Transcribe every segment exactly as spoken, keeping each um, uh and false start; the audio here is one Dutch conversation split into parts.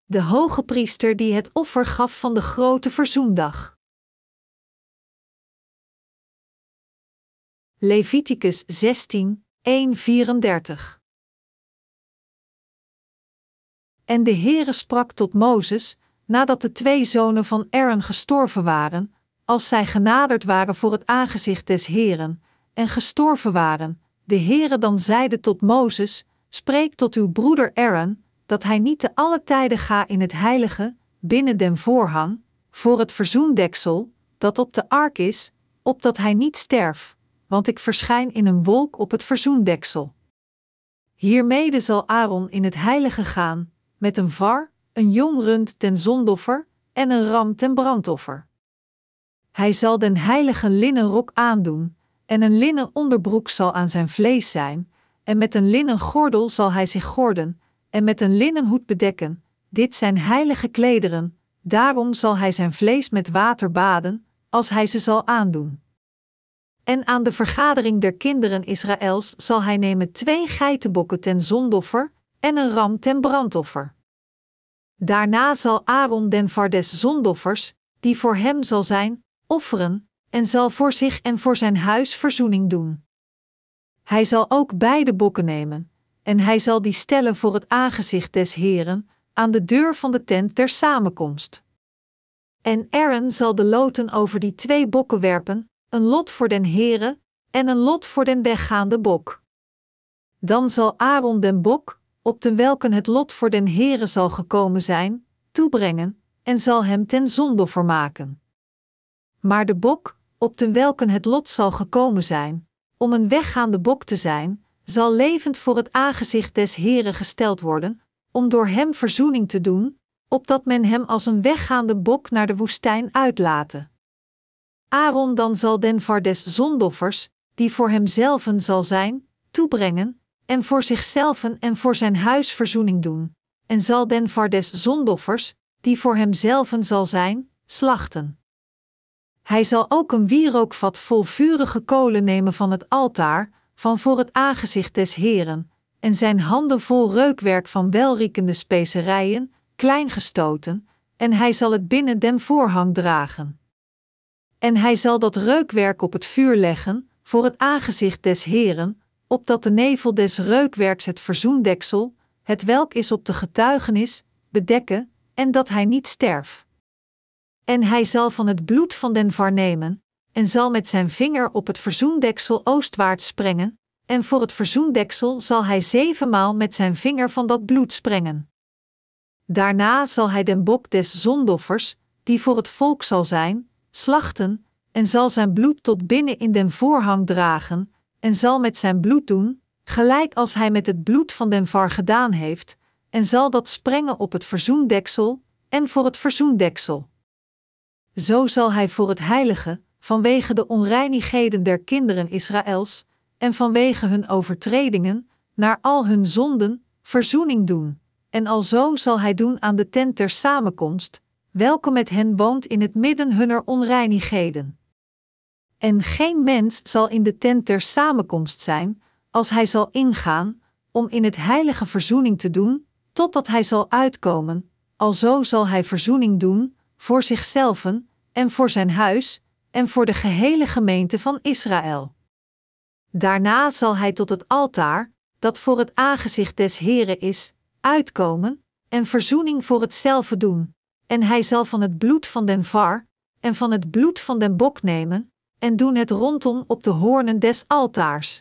de hoge priester die het offer gaf van de grote verzoendag. Leviticus zestien, één tot vierendertig. En de Heere sprak tot Mozes, nadat de twee zonen van Aaron gestorven waren, als zij genaderd waren voor het aangezicht des Heeren, en gestorven waren, de Heere dan zeide tot Mozes, spreek tot uw broeder Aaron, dat hij niet te alle tijden ga in het heilige, binnen den voorhang, voor het verzoendeksel, dat op de ark is, opdat hij niet sterf, want ik verschijn in een wolk op het verzoendeksel. Hiermede zal Aaron in het heilige gaan, met een var, een jong rund ten zondoffer en een ram ten brandoffer. Hij zal den heilige linnen rok aandoen, en een linnen onderbroek zal aan zijn vlees zijn, en met een linnen gordel zal hij zich gorden, en met een linnen hoed bedekken. Dit zijn heilige klederen, daarom zal hij zijn vlees met water baden, als hij ze zal aandoen. En aan de vergadering der kinderen Israëls zal hij nemen twee geitenbokken ten zondoffer en een ram ten brandoffer. Daarna zal Aaron den var des zondoffers, die voor hem zal zijn, offeren, en zal voor zich en voor zijn huis verzoening doen. Hij zal ook beide bokken nemen, en hij zal die stellen voor het aangezicht des Heeren, aan de deur van de tent der samenkomst. En Aaron zal de loten over die twee bokken werpen, een lot voor den Heere, en een lot voor den weggaande bok. Dan zal Aaron den bok, op den welken het lot voor den Heere zal gekomen zijn, toebrengen, en zal hem ten zondoffer maken. Maar de bok, op den welken het lot zal gekomen zijn, om een weggaande bok te zijn, zal levend voor het aangezicht des Heeren gesteld worden, om door hem verzoening te doen, opdat men hem als een weggaande bok naar de woestijn uitlate. Aaron dan zal den var des zondoffers, die voor hemzelven zal zijn, toebrengen, en voor zichzelven en voor zijn huis verzoening doen, en zal den var des zondoffers, die voor hemzelven zal zijn, slachten. Hij zal ook een wierookvat vol vurige kolen nemen van het altaar, van voor het aangezicht des Heeren, en zijn handen vol reukwerk van welriekende specerijen, klein gestoten, en hij zal het binnen den voorhang dragen. En hij zal dat reukwerk op het vuur leggen, voor het aangezicht des Heeren, opdat de nevel des reukwerks het verzoendeksel, het welk is op de getuigenis, bedekken, en dat hij niet sterf. En hij zal van het bloed van den var nemen, en zal met zijn vinger op het verzoendeksel oostwaarts sprengen, en voor het verzoendeksel zal hij zevenmaal met zijn vinger van dat bloed sprengen. Daarna zal hij den bok des zondoffers, die voor het volk zal zijn, slachten, en zal zijn bloed tot binnen in den voorhang dragen, en zal met zijn bloed doen, gelijk als hij met het bloed van den var gedaan heeft, en zal dat sprengen op het verzoendeksel, en voor het verzoendeksel. Zo zal hij voor het heilige, vanwege de onreinigheden der kinderen Israëls, en vanwege hun overtredingen, naar al hun zonden, verzoening doen, en alzo zal hij doen aan de tent der samenkomst, welke met hen woont in het midden hunner onreinigheden. En geen mens zal in de tent der samenkomst zijn, als hij zal ingaan, om in het heilige verzoening te doen, totdat hij zal uitkomen, alzo zal hij verzoening doen, voor zichzelven, en voor zijn huis, en voor de gehele gemeente van Israël. Daarna zal hij tot het altaar, dat voor het aangezicht des Heeren is, uitkomen, en verzoening voor hetzelfde doen, en hij zal van het bloed van den var, en van het bloed van den bok nemen, en doen het rondom op de hoornen des altaars.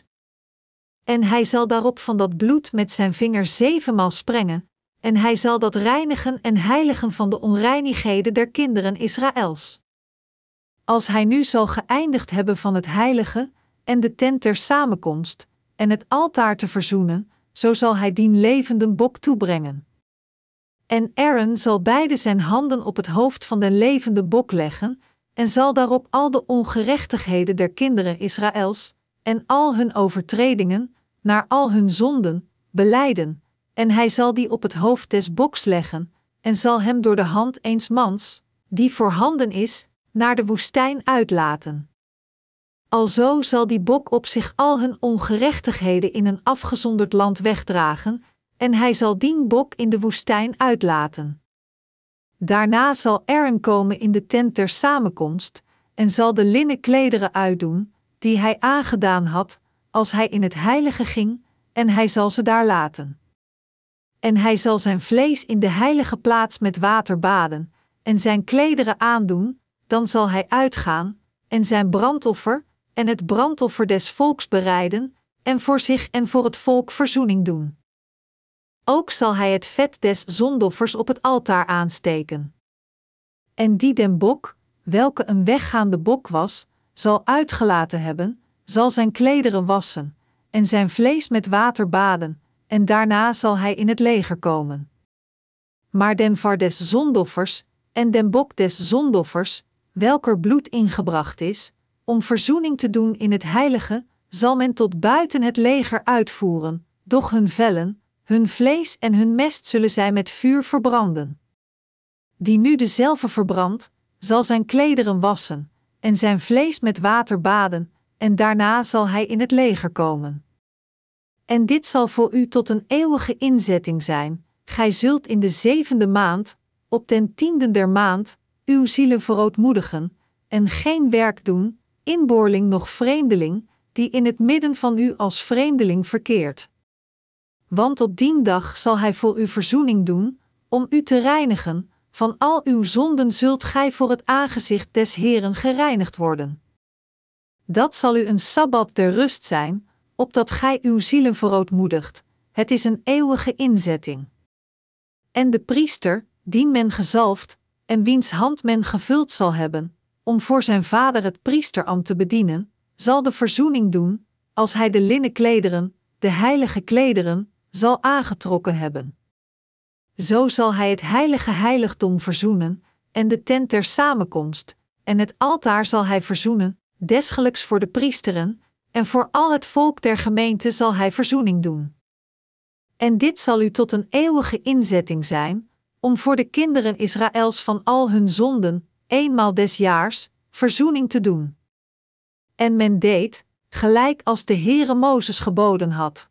En hij zal daarop van dat bloed met zijn vinger zevenmaal sprengen, en hij zal dat reinigen en heiligen van de onreinigheden der kinderen Israëls. Als hij nu zal geëindigd hebben van het heilige, en de tent der samenkomst, en het altaar te verzoenen, zo zal hij dien levenden bok toebrengen. En Aaron zal beide zijn handen op het hoofd van den levende bok leggen, en zal daarop al de ongerechtigheden der kinderen Israëls, en al hun overtredingen, naar al hun zonden, belijden, en hij zal die op het hoofd des boks leggen, en zal hem door de hand eens mans, die voorhanden is, naar de woestijn uitlaten. Alzo zal die bok op zich al hun ongerechtigheden in een afgezonderd land wegdragen, en hij zal dien bok in de woestijn uitlaten. Daarna zal Aaron komen in de tent der samenkomst, en zal de linnen klederen uitdoen, die hij aangedaan had, als hij in het heilige ging, en hij zal ze daar laten. En hij zal zijn vlees in de heilige plaats met water baden, en zijn klederen aandoen, dan zal hij uitgaan, en zijn brandoffer, en het brandoffer des volks bereiden, en voor zich en voor het volk verzoening doen. Ook zal hij het vet des zondoffers op het altaar aansteken. En die den bok, welke een weggaande bok was, zal uitgelaten hebben, zal zijn klederen wassen, en zijn vlees met water baden, en daarna zal hij in het leger komen. Maar den var des zondoffers, en den bok des zondoffers, welker bloed ingebracht is, om verzoening te doen in het heilige, zal men tot buiten het leger uitvoeren, doch hun vellen, hun vlees en hun mest zullen zij met vuur verbranden. Die nu dezelve verbrandt, zal zijn klederen wassen, en zijn vlees met water baden, en daarna zal hij in het leger komen. En dit zal voor u tot een eeuwige inzetting zijn, gij zult in de zevende maand, op den tienden der maand, uw zielen verootmoedigen, en geen werk doen, inboorling noch vreemdeling, die in het midden van u als vreemdeling verkeert. Want op dien dag zal hij voor u verzoening doen, om u te reinigen, van al uw zonden zult gij voor het aangezicht des Heeren gereinigd worden. Dat zal u een sabbat der rust zijn, opdat gij uw zielen verootmoedigt, het is een eeuwige inzetting. En de priester, dien men gezalfd, en wiens hand men gevuld zal hebben, om voor zijn vader het priesterambt te bedienen, zal de verzoening doen, als hij de linnen klederen, de heilige klederen, zal aangetrokken hebben. Zo zal hij het heilige heiligdom verzoenen, en de tent der samenkomst, en het altaar zal hij verzoenen, desgelijks voor de priesteren, en voor al het volk der gemeente zal hij verzoening doen. En dit zal u tot een eeuwige inzetting zijn, om voor de kinderen Israëls van al hun zonden, eenmaal des jaars, verzoening te doen. En men deed, gelijk als de Heere Mozes geboden had.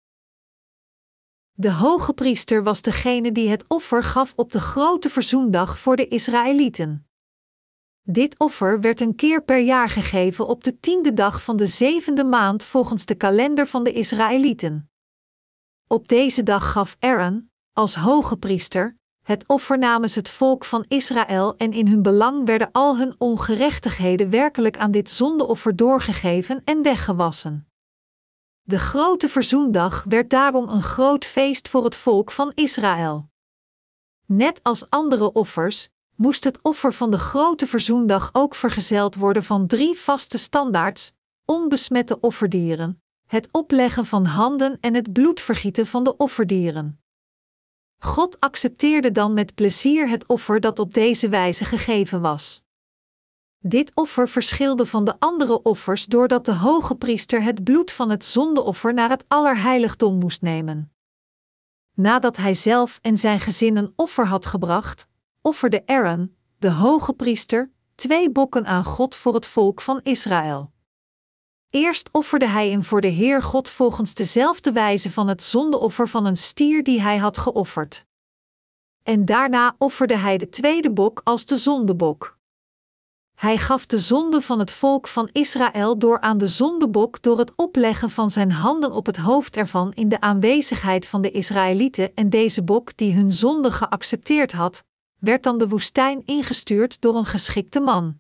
De hoge priester was degene die het offer gaf op de grote verzoendag voor de Israëlieten. Dit offer werd een keer per jaar gegeven op de tiende dag van de zevende maand volgens de kalender van de Israëlieten. Op deze dag gaf Aaron, als hoge priester, het offer namens het volk van Israël en in hun belang werden al hun ongerechtigheden werkelijk aan dit zondeoffer doorgegeven en weggewassen. De grote verzoendag werd daarom een groot feest voor het volk van Israël. Net als andere offers, moest het offer van de grote verzoendag ook vergezeld worden van drie vaste standaards, onbesmette offerdieren, het opleggen van handen en het bloedvergieten van de offerdieren. God accepteerde dan met plezier het offer dat op deze wijze gegeven was. Dit offer verschilde van de andere offers doordat de hoge priester het bloed van het zondeoffer naar het allerheiligdom moest nemen. Nadat hij zelf en zijn gezin een offer had gebracht, offerde Aaron, de hoge priester, twee bokken aan God voor het volk van Israël. Eerst offerde hij hem voor de Heer God volgens dezelfde wijze van het zondeoffer van een stier die hij had geofferd. En daarna offerde hij de tweede bok als de zondebok. Hij gaf de zonde van het volk van Israël door aan de zondebok door het opleggen van zijn handen op het hoofd ervan in de aanwezigheid van de Israëlieten, en deze bok die hun zonde geaccepteerd had, werd dan de woestijn ingestuurd door een geschikte man.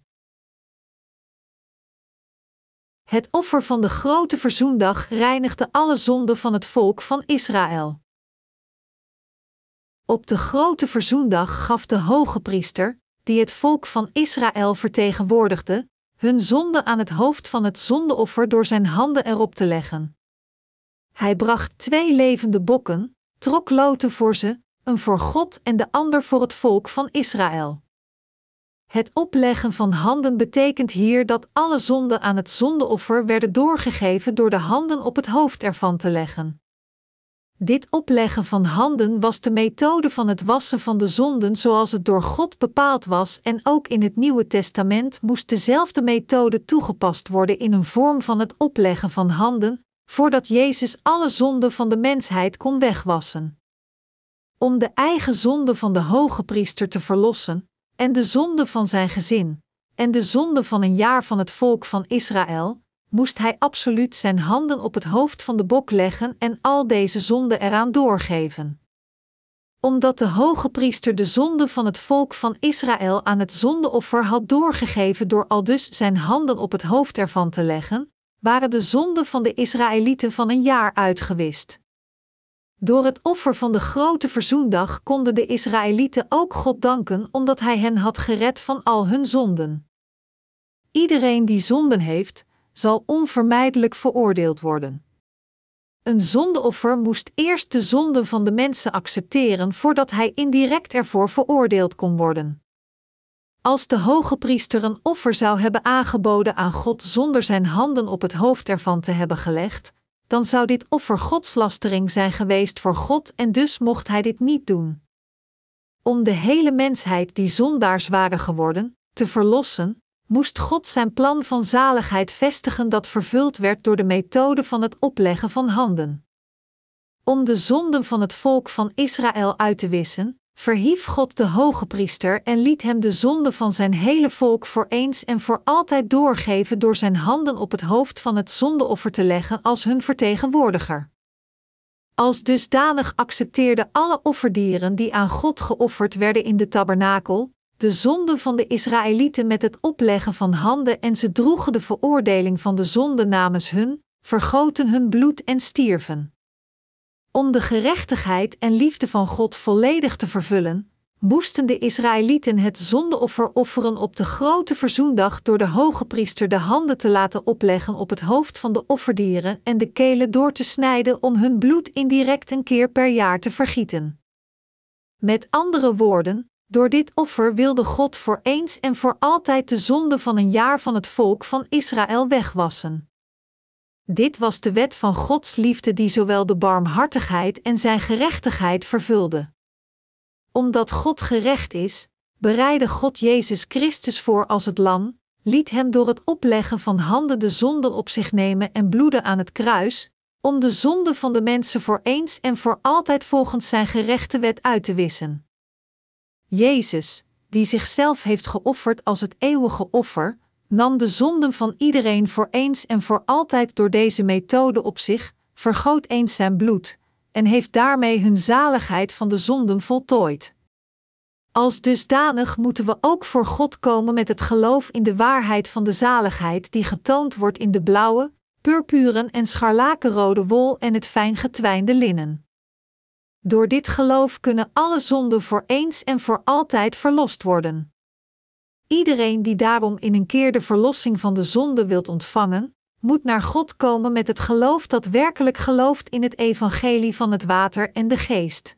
Het offer van de grote verzoendag reinigde alle zonden van het volk van Israël. Op de grote verzoendag gaf de hoge priester, die het volk van Israël vertegenwoordigde, hun zonde aan het hoofd van het zondeoffer door zijn handen erop te leggen. Hij bracht twee levende bokken, trok loten voor ze, een voor God en de ander voor het volk van Israël. Het opleggen van handen betekent hier dat alle zonden aan het zondeoffer werden doorgegeven door de handen op het hoofd ervan te leggen. Dit opleggen van handen was de methode van het wassen van de zonden zoals het door God bepaald was, en ook in het Nieuwe Testament moest dezelfde methode toegepast worden in een vorm van het opleggen van handen, voordat Jezus alle zonden van de mensheid kon wegwassen. om de eigen zonde van de hogepriester te verlossen, en de zonde van zijn gezin, en de zonde van een jaar van het volk van Israël, moest hij absoluut zijn handen op het hoofd van de bok leggen en al deze zonden eraan doorgeven. Omdat de hogepriester de zonde van het volk van Israël aan het zondeoffer had doorgegeven door aldus zijn handen op het hoofd ervan te leggen, waren de zonden van de Israëlieten van een jaar uitgewist. Door het offer van de grote verzoendag konden de Israëlieten ook God danken omdat hij hen had gered van al hun zonden. Iedereen die zonden heeft, zal onvermijdelijk veroordeeld worden. Een zondeoffer moest eerst de zonden van de mensen accepteren voordat hij indirect ervoor veroordeeld kon worden. Als de hogepriester een offer zou hebben aangeboden aan God zonder zijn handen op het hoofd ervan te hebben gelegd, dan zou dit offer godslastering zijn geweest voor God en dus mocht hij dit niet doen. Om de hele mensheid die zondaars waren geworden, te verlossen, moest God zijn plan van zaligheid vestigen dat vervuld werd door de methode van het opleggen van handen. Om de zonden van het volk van Israël uit te wissen, verhief God de hogepriester en liet hem de zonde van zijn hele volk voor eens en voor altijd doorgeven door zijn handen op het hoofd van het zondeoffer te leggen als hun vertegenwoordiger. Als dusdanig accepteerden alle offerdieren die aan God geofferd werden in de tabernakel, de zonde van de Israëlieten met het opleggen van handen en ze droegen de veroordeling van de zonde namens hun, vergoten hun bloed en stierven. Om de gerechtigheid en liefde van God volledig te vervullen, moesten de Israëlieten het zondeoffer offeren op de grote verzoendag door de hogepriester de handen te laten opleggen op het hoofd van de offerdieren en de kelen door te snijden om hun bloed indirect een keer per jaar te vergieten. Met andere woorden, door dit offer wilde God voor eens en voor altijd de zonde van een jaar van het volk van Israël wegwassen. Dit was de wet van Gods liefde die zowel de barmhartigheid en zijn gerechtigheid vervulde. Omdat God gerecht is, bereidde God Jezus Christus voor als het lam, liet hem door het opleggen van handen de zonde op zich nemen en bloeden aan het kruis, om de zonde van de mensen voor eens en voor altijd volgens zijn gerechte wet uit te wissen. Jezus, die zichzelf heeft geofferd als het eeuwige offer, nam de zonden van iedereen voor eens en voor altijd door deze methode op zich, vergoot eens zijn bloed, en heeft daarmee hun zaligheid van de zonden voltooid. Als dusdanig moeten we ook voor God komen met het geloof in de waarheid van de zaligheid die getoond wordt in de blauwe, purpuren en scharlakenrode wol en het fijn getwijnde linnen. Door dit geloof kunnen alle zonden voor eens en voor altijd verlost worden. Iedereen die daarom in een keer de verlossing van de zonde wilt ontvangen, moet naar God komen met het geloof dat werkelijk gelooft in het evangelie van het water en de geest.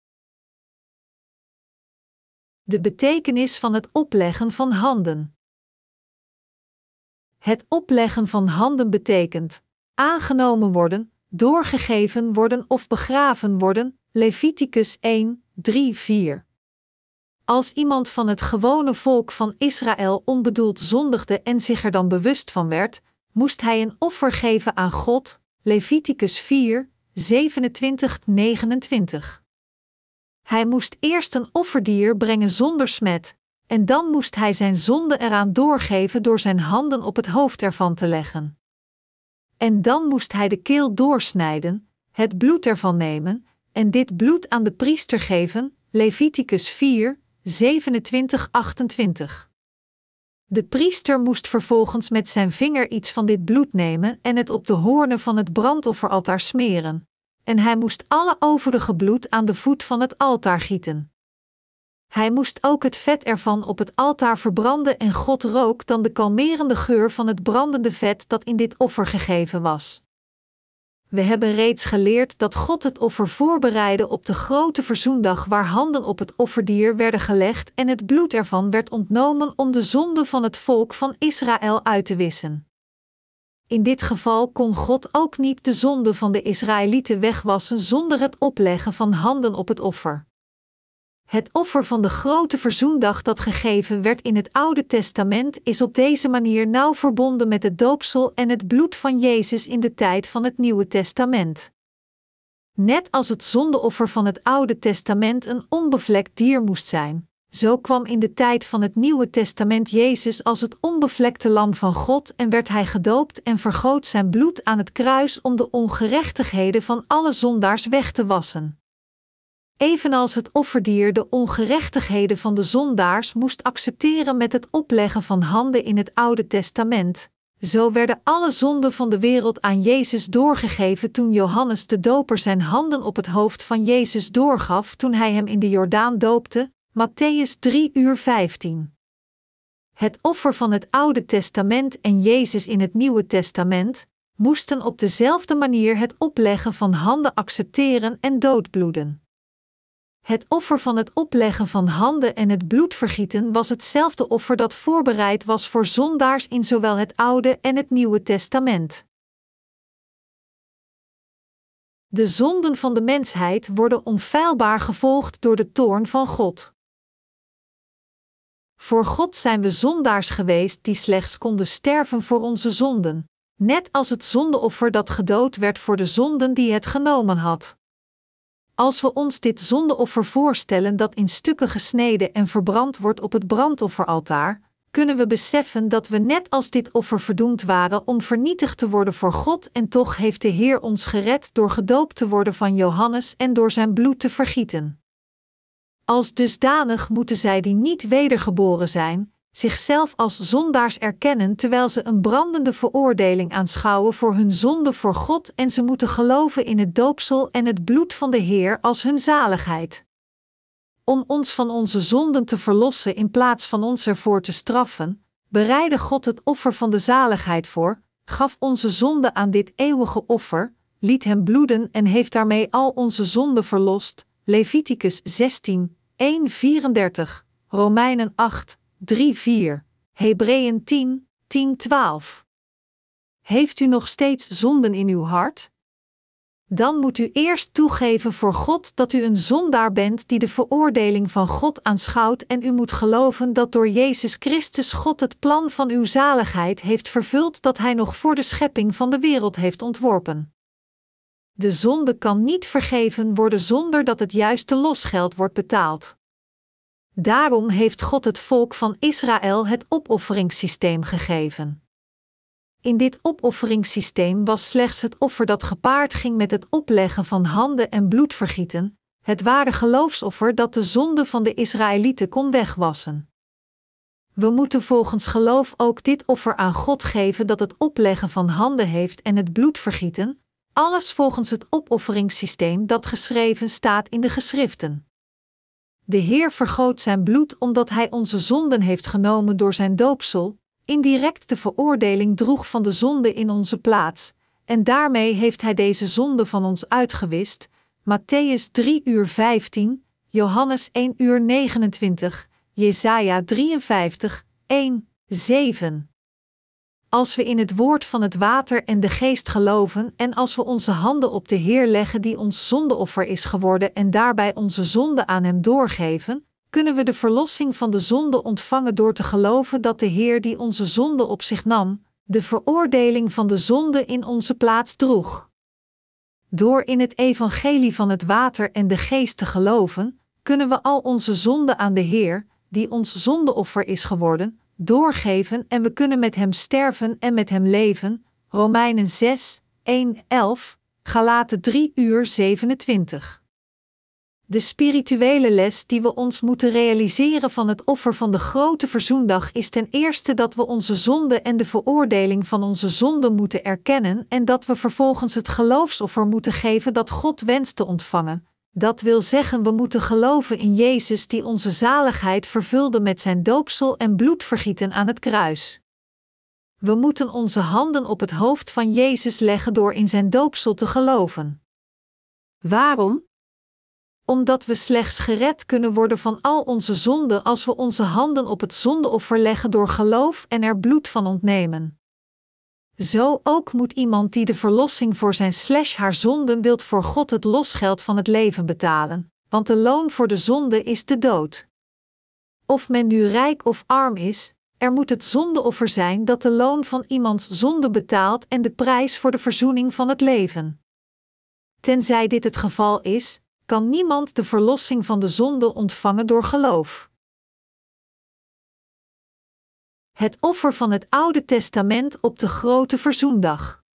De betekenis van het opleggen van handen. Het opleggen van handen betekent aangenomen worden, doorgegeven worden of begraven worden, Leviticus één, drie, vier. Als iemand van het gewone volk van Israël onbedoeld zondigde en zich er dan bewust van werd, moest hij een offer geven aan God, Leviticus vier, zevenentwintig, negenentwintig. Hij moest eerst een offerdier brengen zonder smet, en dan moest hij zijn zonde eraan doorgeven door zijn handen op het hoofd ervan te leggen. En dan moest hij de keel doorsnijden, het bloed ervan nemen, en dit bloed aan de priester geven, Leviticus vier, zevenentwintig, achtentwintig. De priester moest vervolgens met zijn vinger iets van dit bloed nemen en het op de hoornen van het brandofferaltaar smeren, en hij moest alle overige bloed aan de voet van het altaar gieten. Hij moest ook het vet ervan op het altaar verbranden en God rook dan de kalmerende geur van het brandende vet dat in dit offer gegeven was. We hebben reeds geleerd dat God het offer voorbereidde op de grote verzoendag waar handen op het offerdier werden gelegd en het bloed ervan werd ontnomen om de zonde van het volk van Israël uit te wissen. In dit geval kon God ook niet de zonde van de Israëlieten wegwassen zonder het opleggen van handen op het offer. Het offer van de grote verzoendag dat gegeven werd in het Oude Testament is op deze manier nauw verbonden met het doopsel en het bloed van Jezus in de tijd van het Nieuwe Testament. Net als het zondeoffer van het Oude Testament een onbevlekt dier moest zijn, zo kwam in de tijd van het Nieuwe Testament Jezus als het onbevlekte lam van God en werd hij gedoopt en vergoot zijn bloed aan het kruis om de ongerechtigheden van alle zondaars weg te wassen. Evenals het offerdier de ongerechtigheden van de zondaars moest accepteren met het opleggen van handen in het Oude Testament, zo werden alle zonden van de wereld aan Jezus doorgegeven toen Johannes de Doper zijn handen op het hoofd van Jezus doorgaf toen hij hem in de Jordaan doopte, Mattheüs drie uur vijftien. Het offer van het Oude Testament en Jezus in het Nieuwe Testament moesten op dezelfde manier het opleggen van handen accepteren en doodbloeden. Het offer van het opleggen van handen en het bloedvergieten was hetzelfde offer dat voorbereid was voor zondaars in zowel het Oude en het Nieuwe Testament. De zonden van de mensheid worden onfeilbaar gevolgd door de toorn van God. Voor God zijn we zondaars geweest die slechts konden sterven voor onze zonden, net als het zondeoffer dat gedood werd voor de zonden die het genomen had. Als we ons dit zondeoffer voorstellen dat in stukken gesneden en verbrand wordt op het brandofferaltaar, kunnen we beseffen dat we net als dit offer verdoemd waren om vernietigd te worden voor God en toch heeft de Heer ons gered door gedoopt te worden van Johannes en door zijn bloed te vergieten. Als dusdanig moeten zij die niet wedergeboren zijn, zichzelf als zondaars erkennen terwijl ze een brandende veroordeling aanschouwen voor hun zonde voor God en ze moeten geloven in het doopsel en het bloed van de Heer als hun zaligheid. Om ons van onze zonden te verlossen in plaats van ons ervoor te straffen, bereidde God het offer van de zaligheid voor, gaf onze zonde aan dit eeuwige offer, liet hem bloeden en heeft daarmee al onze zonden verlost. Leviticus zestien, één vierendertig, Romeinen acht, drie vier, Hebreeën tien, tien twaalf. Heeft u nog steeds zonden in uw hart? Dan moet u eerst toegeven voor God dat u een zondaar bent die de veroordeling van God aanschouwt en u moet geloven dat door Jezus Christus God het plan van uw zaligheid heeft vervuld dat Hij nog voor de schepping van de wereld heeft ontworpen. De zonde kan niet vergeven worden zonder dat het juiste losgeld wordt betaald. Daarom heeft God het volk van Israël het opofferingssysteem gegeven. In dit opofferingssysteem was slechts het offer dat gepaard ging met het opleggen van handen en bloedvergieten, het ware geloofsoffer dat de zonde van de Israëlieten kon wegwassen. We moeten volgens geloof ook dit offer aan God geven dat het opleggen van handen heeft en het bloedvergieten, alles volgens het opofferingssysteem dat geschreven staat in de geschriften. De Heer vergoot zijn bloed omdat Hij onze zonden heeft genomen door zijn doopsel, indirect de veroordeling droeg van de zonde in onze plaats, en daarmee heeft Hij deze zonde van ons uitgewist, Mattheüs drie uur vijftien, Johannes één uur negenentwintig, Jesaja drieënvijftig, één, zeven. Als we in het woord van het water en de geest geloven en als we onze handen op de Heer leggen die ons zondeoffer is geworden en daarbij onze zonde aan Hem doorgeven, kunnen we de verlossing van de zonde ontvangen door te geloven dat de Heer die onze zonde op zich nam, de veroordeling van de zonde in onze plaats droeg. Door in het evangelie van het water en de geest te geloven, kunnen we al onze zonde aan de Heer, die ons zondeoffer is geworden, doorgeven en we kunnen met Hem sterven en met Hem leven. Romeinen zes, één, elf, Galaten drie uur zevenentwintig. De spirituele les die we ons moeten realiseren van het offer van de grote verzoendag is ten eerste dat we onze zonde en de veroordeling van onze zonde moeten erkennen en dat we vervolgens het geloofsoffer moeten geven dat God wenst te ontvangen. Dat wil zeggen we moeten geloven in Jezus die onze zaligheid vervulde met zijn doopsel en bloedvergieten aan het kruis. We moeten onze handen op het hoofd van Jezus leggen door in zijn doopsel te geloven. Waarom? Omdat we slechts gered kunnen worden van al onze zonden als we onze handen op het zondeoffer leggen door geloof en er bloed van ontnemen. Zo ook moet iemand die de verlossing voor zijn slash haar zonden wilt voor God het losgeld van het leven betalen, want de loon voor de zonde is de dood. Of men nu rijk of arm is, er moet het zondeoffer zijn dat de loon van iemands zonde betaalt en de prijs voor de verzoening van het leven. Tenzij dit het geval is, kan niemand de verlossing van de zonde ontvangen door geloof. Het offer van het Oude Testament op de Grote Verzoendag.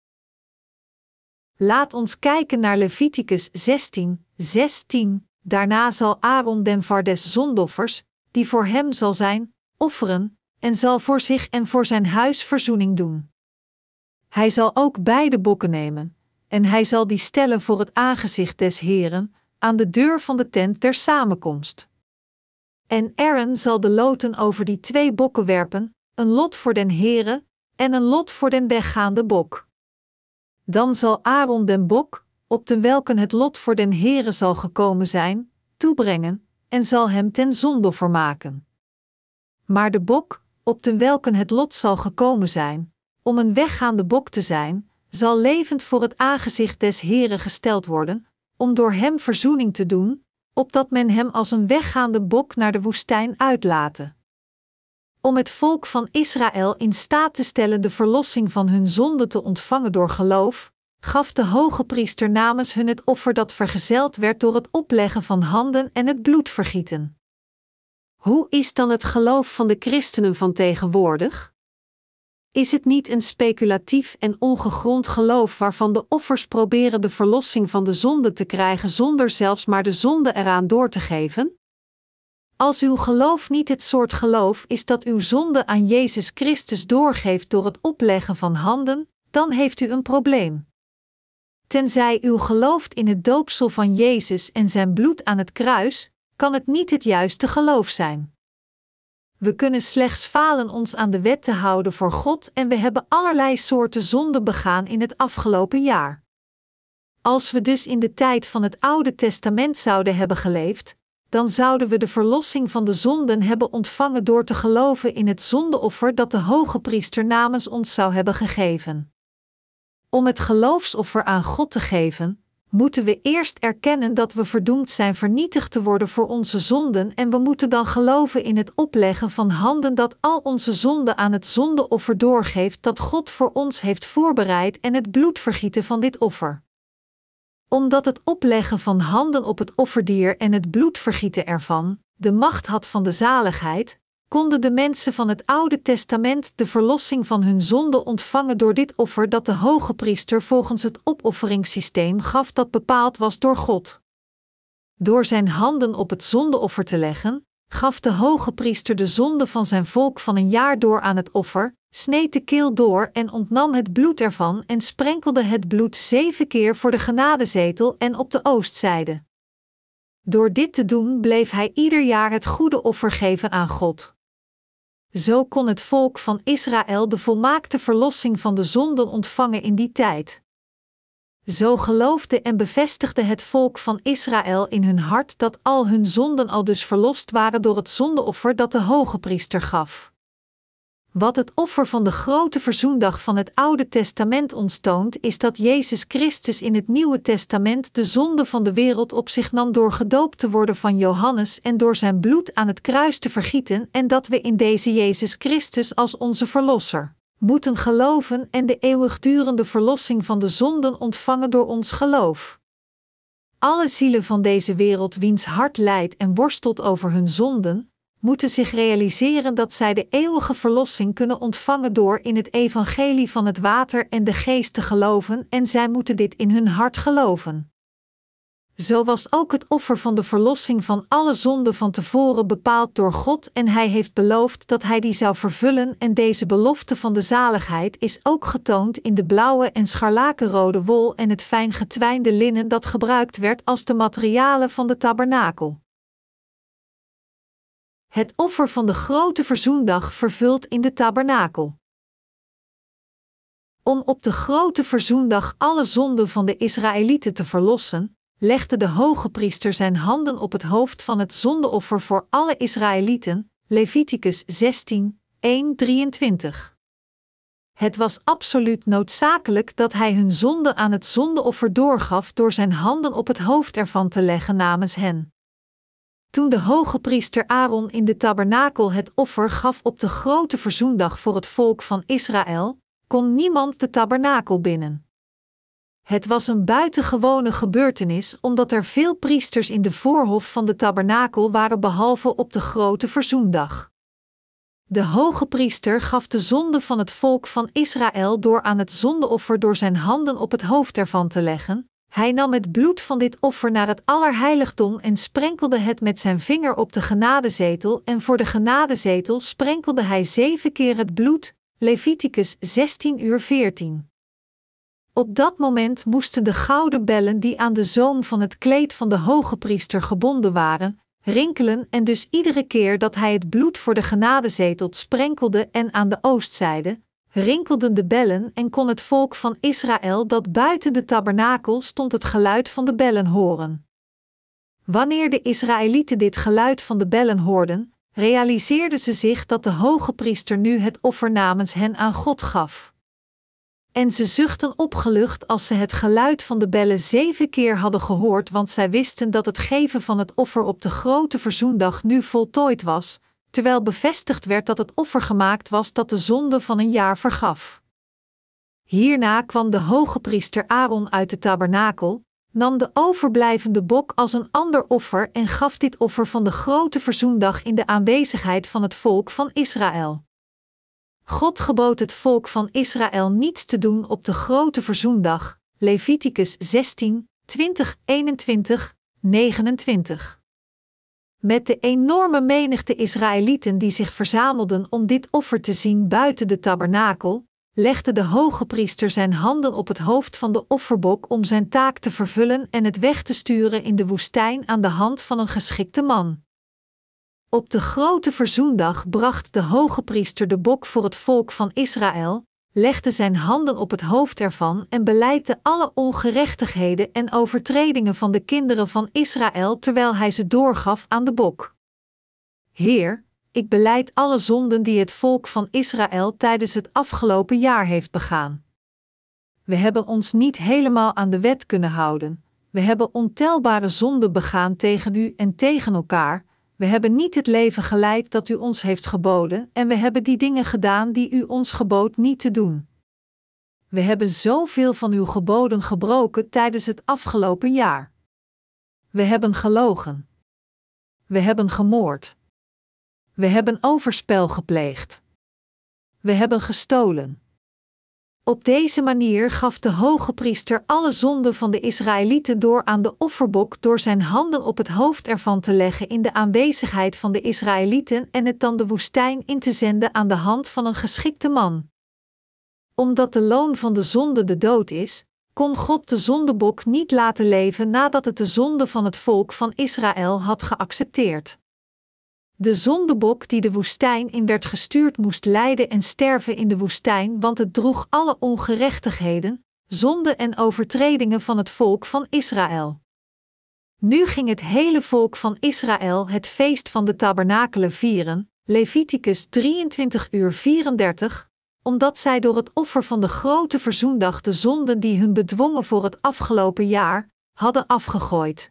Laat ons kijken naar Leviticus zestien, zestien. Daarna zal Aaron den var des zondoffers, die voor hem zal zijn, offeren, en zal voor zich en voor zijn huis verzoening doen. Hij zal ook beide bokken nemen, en hij zal die stellen voor het aangezicht des Heeren, aan de deur van de tent der samenkomst. En Aaron zal de loten over die twee bokken werpen, een lot voor den Heere, en een lot voor den weggaande bok. Dan zal Aaron den bok, op den welken het lot voor den Heere zal gekomen zijn, toebrengen, en zal hem ten zondoffer maken. Maar de bok, op den welken het lot zal gekomen zijn, om een weggaande bok te zijn, zal levend voor het aangezicht des Heere gesteld worden, om door hem verzoening te doen, opdat men hem als een weggaande bok naar de woestijn uitlate. Om het volk van Israël in staat te stellen de verlossing van hun zonde te ontvangen door geloof, gaf de hoge priester namens hun het offer dat vergezeld werd door het opleggen van handen en het bloedvergieten. Hoe is dan het geloof van de christenen van tegenwoordig? Is het niet een speculatief en ongegrond geloof waarvan de offers proberen de verlossing van de zonde te krijgen zonder zelfs maar de zonde eraan door te geven? Als uw geloof niet het soort geloof is dat uw zonde aan Jezus Christus doorgeeft door het opleggen van handen, dan heeft u een probleem. Tenzij u gelooft in het doopsel van Jezus en zijn bloed aan het kruis, kan het niet het juiste geloof zijn. We kunnen slechts falen ons aan de wet te houden voor God en we hebben allerlei soorten zonden begaan in het afgelopen jaar. Als we dus in de tijd van het Oude Testament zouden hebben geleefd, dan zouden we de verlossing van de zonden hebben ontvangen door te geloven in het zondeoffer dat de hoge priester namens ons zou hebben gegeven. Om het geloofsoffer aan God te geven, moeten we eerst erkennen dat we verdoemd zijn vernietigd te worden voor onze zonden en we moeten dan geloven in het opleggen van handen dat al onze zonden aan het zondeoffer doorgeeft dat God voor ons heeft voorbereid en het bloedvergieten van dit offer. Omdat het opleggen van handen op het offerdier en het bloedvergieten ervan de macht had van de zaligheid, konden de mensen van het Oude Testament de verlossing van hun zonde ontvangen door dit offer dat de hoge priester volgens het opofferingssysteem gaf dat bepaald was door God. Door zijn handen op het zondeoffer te leggen, gaf de hoge priester de zonde van zijn volk van een jaar door aan het offer, sneed de keel door en ontnam het bloed ervan en sprenkelde het bloed zeven keer voor de genadezetel en op de oostzijde. Door dit te doen bleef hij ieder jaar het goede offer geven aan God. Zo kon het volk van Israël de volmaakte verlossing van de zonden ontvangen in die tijd. Zo geloofde en bevestigde het volk van Israël in hun hart dat al hun zonden al dus verlost waren door het zondeoffer dat de hoge priester gaf. Wat het offer van de grote verzoendag van het Oude Testament ons toont, is dat Jezus Christus in het Nieuwe Testament de zonde van de wereld op zich nam door gedoopt te worden van Johannes en door zijn bloed aan het kruis te vergieten en dat we in deze Jezus Christus als onze Verlosser moeten geloven en de eeuwigdurende verlossing van de zonden ontvangen door ons geloof. Alle zielen van deze wereld wiens hart lijdt en worstelt over hun zonden, moeten zich realiseren dat zij de eeuwige verlossing kunnen ontvangen door in het evangelie van het water en de geest te geloven en zij moeten dit in hun hart geloven. Zo was ook het offer van de verlossing van alle zonden van tevoren bepaald door God en hij heeft beloofd dat hij die zou vervullen en deze belofte van de zaligheid is ook getoond in de blauwe en scharlakenrode wol en het fijn getwijnde linnen dat gebruikt werd als de materialen van de tabernakel. Het offer van de grote verzoendag vervuld in de tabernakel. Om op de grote verzoendag alle zonden van de Israëlieten te verlossen, legde de hoge priester zijn handen op het hoofd van het zondeoffer voor alle Israëlieten, Leviticus zestien, één drieëntwintig. Het was absoluut noodzakelijk dat hij hun zonde aan het zondeoffer doorgaf door zijn handen op het hoofd ervan te leggen namens hen. Toen de hoge priester Aaron in de tabernakel het offer gaf op de grote verzoendag voor het volk van Israël, kon niemand de tabernakel binnen. Het was een buitengewone gebeurtenis omdat er veel priesters in de voorhof van de tabernakel waren behalve op de grote verzoendag. De hoge priester gaf de zonde van het volk van Israël door aan het zondeoffer door zijn handen op het hoofd ervan te leggen. Hij nam het bloed van dit offer naar het allerheiligdom en sprenkelde het met zijn vinger op de genadezetel en voor de genadezetel sprenkelde hij zeven keer het bloed, Leviticus zestien uur veertien. Op dat moment moesten de gouden bellen die aan de zoom van het kleed van de hoge priester gebonden waren, rinkelen en dus iedere keer dat hij het bloed voor de genadezetel sprenkelde en aan de oostzijde, rinkelden de bellen en kon het volk van Israël dat buiten de tabernakel stond het geluid van de bellen horen. Wanneer de Israëlieten dit geluid van de bellen hoorden, realiseerden ze zich dat de hoge priester nu het offer namens hen aan God gaf. En ze zuchtten opgelucht als ze het geluid van de bellen zeven keer hadden gehoord, want zij wisten dat het geven van het offer op de grote verzoendag nu voltooid was, terwijl bevestigd werd dat het offer gemaakt was dat de zonde van een jaar vergaf. Hierna kwam de hoge priester Aaron uit de tabernakel, nam de overblijvende bok als een ander offer en gaf dit offer van de grote verzoendag in de aanwezigheid van het volk van Israël. God gebood het volk van Israël niets te doen op de grote verzoendag, Leviticus zestien, twintig, eenentwintig, negenentwintig. Met de enorme menigte Israëlieten die zich verzamelden om dit offer te zien buiten de tabernakel, legde de hoge priester zijn handen op het hoofd van de offerbok om zijn taak te vervullen en het weg te sturen in de woestijn aan de hand van een geschikte man. Op de grote verzoendag bracht de hoge priester de bok voor het volk van Israël, legde zijn handen op het hoofd ervan en belijdt alle ongerechtigheden en overtredingen van de kinderen van Israël terwijl hij ze doorgaf aan de bok. Heer, ik belijd alle zonden die het volk van Israël tijdens het afgelopen jaar heeft begaan. We hebben ons niet helemaal aan de wet kunnen houden, we hebben ontelbare zonden begaan tegen u en tegen elkaar. We hebben niet het leven geleid dat u ons heeft geboden en we hebben die dingen gedaan die u ons gebood niet te doen. We hebben zoveel van uw geboden gebroken tijdens het afgelopen jaar. We hebben gelogen. We hebben gemoord. We hebben overspel gepleegd. We hebben gestolen. Op deze manier gaf de hoge priester alle zonden van de Israëlieten door aan de offerbok door zijn handen op het hoofd ervan te leggen in de aanwezigheid van de Israëlieten en het dan de woestijn in te zenden aan de hand van een geschikte man. Omdat de loon van de zonde de dood is, kon God de zondebok niet laten leven nadat het de zonde van het volk van Israël had geaccepteerd. De zondebok die de woestijn in werd gestuurd moest lijden en sterven in de woestijn, want het droeg alle ongerechtigheden, zonden en overtredingen van het volk van Israël. Nu ging het hele volk van Israël het feest van de tabernakelen vieren, Leviticus drieëntwintig uur vierendertig, omdat zij door het offer van de grote verzoendag de zonden die hun bedwongen voor het afgelopen jaar, hadden afgegooid.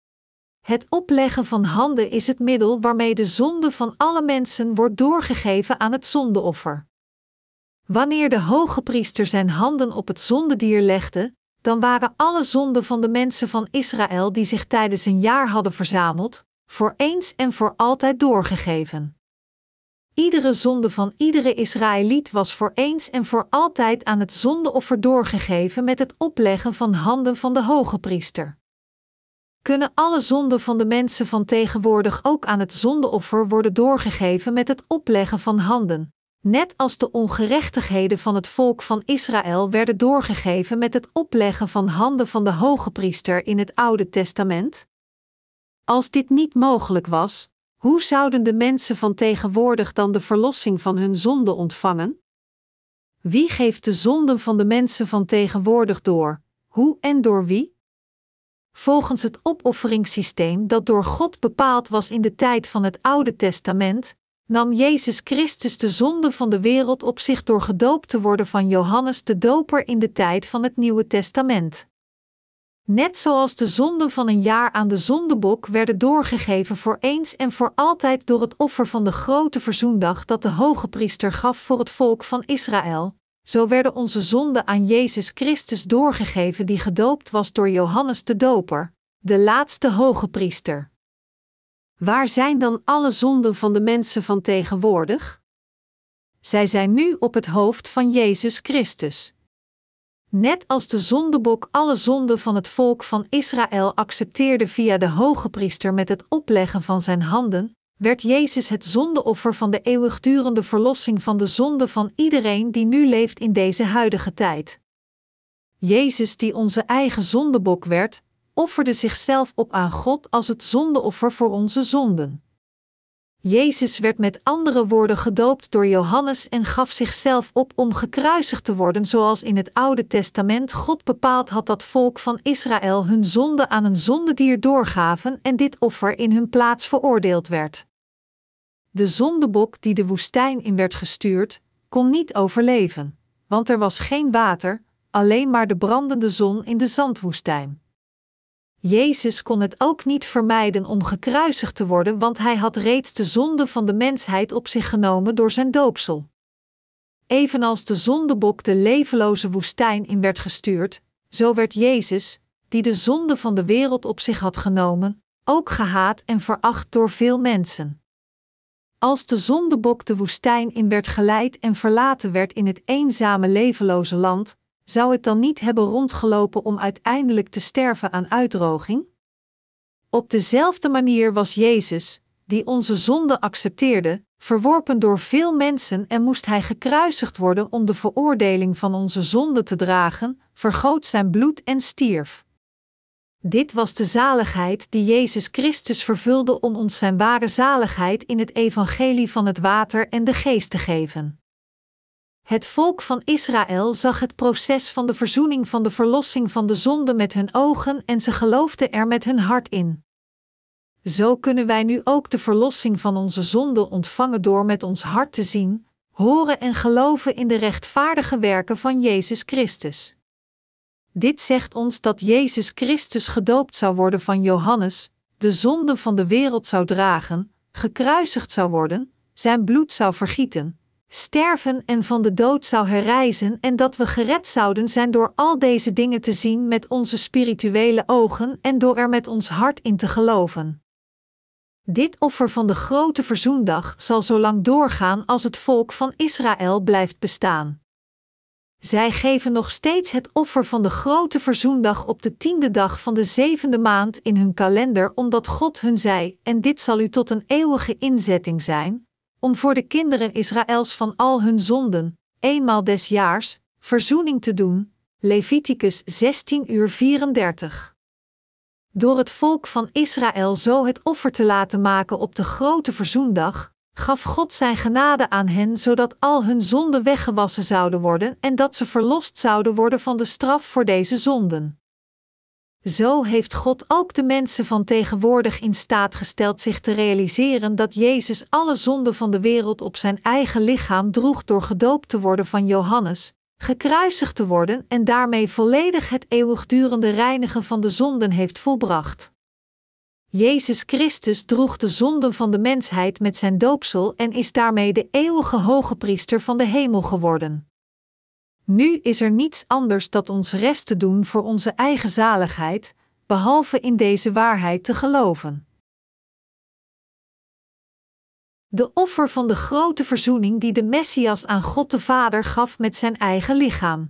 Het opleggen van handen is het middel waarmee de zonde van alle mensen wordt doorgegeven aan het zondeoffer. Wanneer de hoge priester zijn handen op het zondedier legde, dan waren alle zonden van de mensen van Israël die zich tijdens een jaar hadden verzameld, voor eens en voor altijd doorgegeven. Iedere zonde van iedere Israëliet was voor eens en voor altijd aan het zondeoffer doorgegeven met het opleggen van handen van de hoge priester. Kunnen alle zonden van de mensen van tegenwoordig ook aan het zondeoffer worden doorgegeven met het opleggen van handen, net als de ongerechtigheden van het volk van Israël werden doorgegeven met het opleggen van handen van de hoge priester in het Oude Testament? Als dit niet mogelijk was, hoe zouden de mensen van tegenwoordig dan de verlossing van hun zonde ontvangen? Wie geeft de zonden van de mensen van tegenwoordig door? Hoe en door wie? Volgens het opofferingssysteem dat door God bepaald was in de tijd van het Oude Testament, nam Jezus Christus de zonde van de wereld op zich door gedoopt te worden van Johannes de Doper in de tijd van het Nieuwe Testament. Net zoals de zonden van een jaar aan de zondebok werden doorgegeven voor eens en voor altijd door het offer van de grote verzoendag dat de hoge priester gaf voor het volk van Israël, zo werden onze zonden aan Jezus Christus doorgegeven die gedoopt was door Johannes de Doper, de laatste hoge priester. Waar zijn dan alle zonden van de mensen van tegenwoordig? Zij zijn nu op het hoofd van Jezus Christus. Net als de zondebok alle zonden van het volk van Israël accepteerde via de hoge priester met het opleggen van zijn handen, werd Jezus het zondeoffer van de eeuwigdurende verlossing van de zonde van iedereen die nu leeft in deze huidige tijd. Jezus, die onze eigen zondebok werd, offerde zichzelf op aan God als het zondeoffer voor onze zonden. Jezus werd met andere woorden gedoopt door Johannes en gaf zichzelf op om gekruisigd te worden zoals in het Oude Testament God bepaald had dat volk van Israël hun zonde aan een zondedier doorgaven en dit offer in hun plaats veroordeeld werd. De zondebok die de woestijn in werd gestuurd, kon niet overleven, want er was geen water, alleen maar de brandende zon in de zandwoestijn. Jezus kon het ook niet vermijden om gekruisigd te worden, want hij had reeds de zonde van de mensheid op zich genomen door zijn doopsel. Evenals de zondebok de levenloze woestijn in werd gestuurd, zo werd Jezus, die de zonde van de wereld op zich had genomen, ook gehaat en veracht door veel mensen. Als de zondebok de woestijn in werd geleid en verlaten werd in het eenzame levenloze land, zou het dan niet hebben rondgelopen om uiteindelijk te sterven aan uitdroging? Op dezelfde manier was Jezus, die onze zonde accepteerde, verworpen door veel mensen en moest hij gekruisigd worden om de veroordeling van onze zonde te dragen, vergoot zijn bloed en stierf. Dit was de zaligheid die Jezus Christus vervulde om ons zijn ware zaligheid in het evangelie van het water en de geest te geven. Het volk van Israël zag het proces van de verzoening van de verlossing van de zonde met hun ogen en ze geloofden er met hun hart in. Zo kunnen wij nu ook de verlossing van onze zonde ontvangen door met ons hart te zien, horen en geloven in de rechtvaardige werken van Jezus Christus. Dit zegt ons dat Jezus Christus gedoopt zou worden van Johannes, de zonde van de wereld zou dragen, gekruisigd zou worden, zijn bloed zou vergieten, sterven en van de dood zou herrijzen en dat we gered zouden zijn door al deze dingen te zien met onze spirituele ogen en door er met ons hart in te geloven. Dit offer van de grote verzoendag zal zo lang doorgaan als het volk van Israël blijft bestaan. Zij geven nog steeds het offer van de grote verzoendag op de tiende dag van de zevende maand in hun kalender, omdat God hun zei, en dit zal u tot een eeuwige inzetting zijn, om voor de kinderen Israëls van al hun zonden, eenmaal des jaars, verzoening te doen. Leviticus zestien uur vierendertig. Door het volk van Israël zo het offer te laten maken op de grote verzoendag, gaf God zijn genade aan hen zodat al hun zonden weggewassen zouden worden en dat ze verlost zouden worden van de straf voor deze zonden. Zo heeft God ook de mensen van tegenwoordig in staat gesteld zich te realiseren dat Jezus alle zonden van de wereld op zijn eigen lichaam droeg door gedoopt te worden van Johannes, gekruisigd te worden en daarmee volledig het eeuwigdurende reinigen van de zonden heeft volbracht. Jezus Christus droeg de zonden van de mensheid met zijn doopsel en is daarmee de eeuwige hoge priester van de hemel geworden. Nu is er niets anders dat ons rest te doen voor onze eigen zaligheid, behalve in deze waarheid te geloven. De offer van de grote verzoening die de Messias aan God de Vader gaf met zijn eigen lichaam.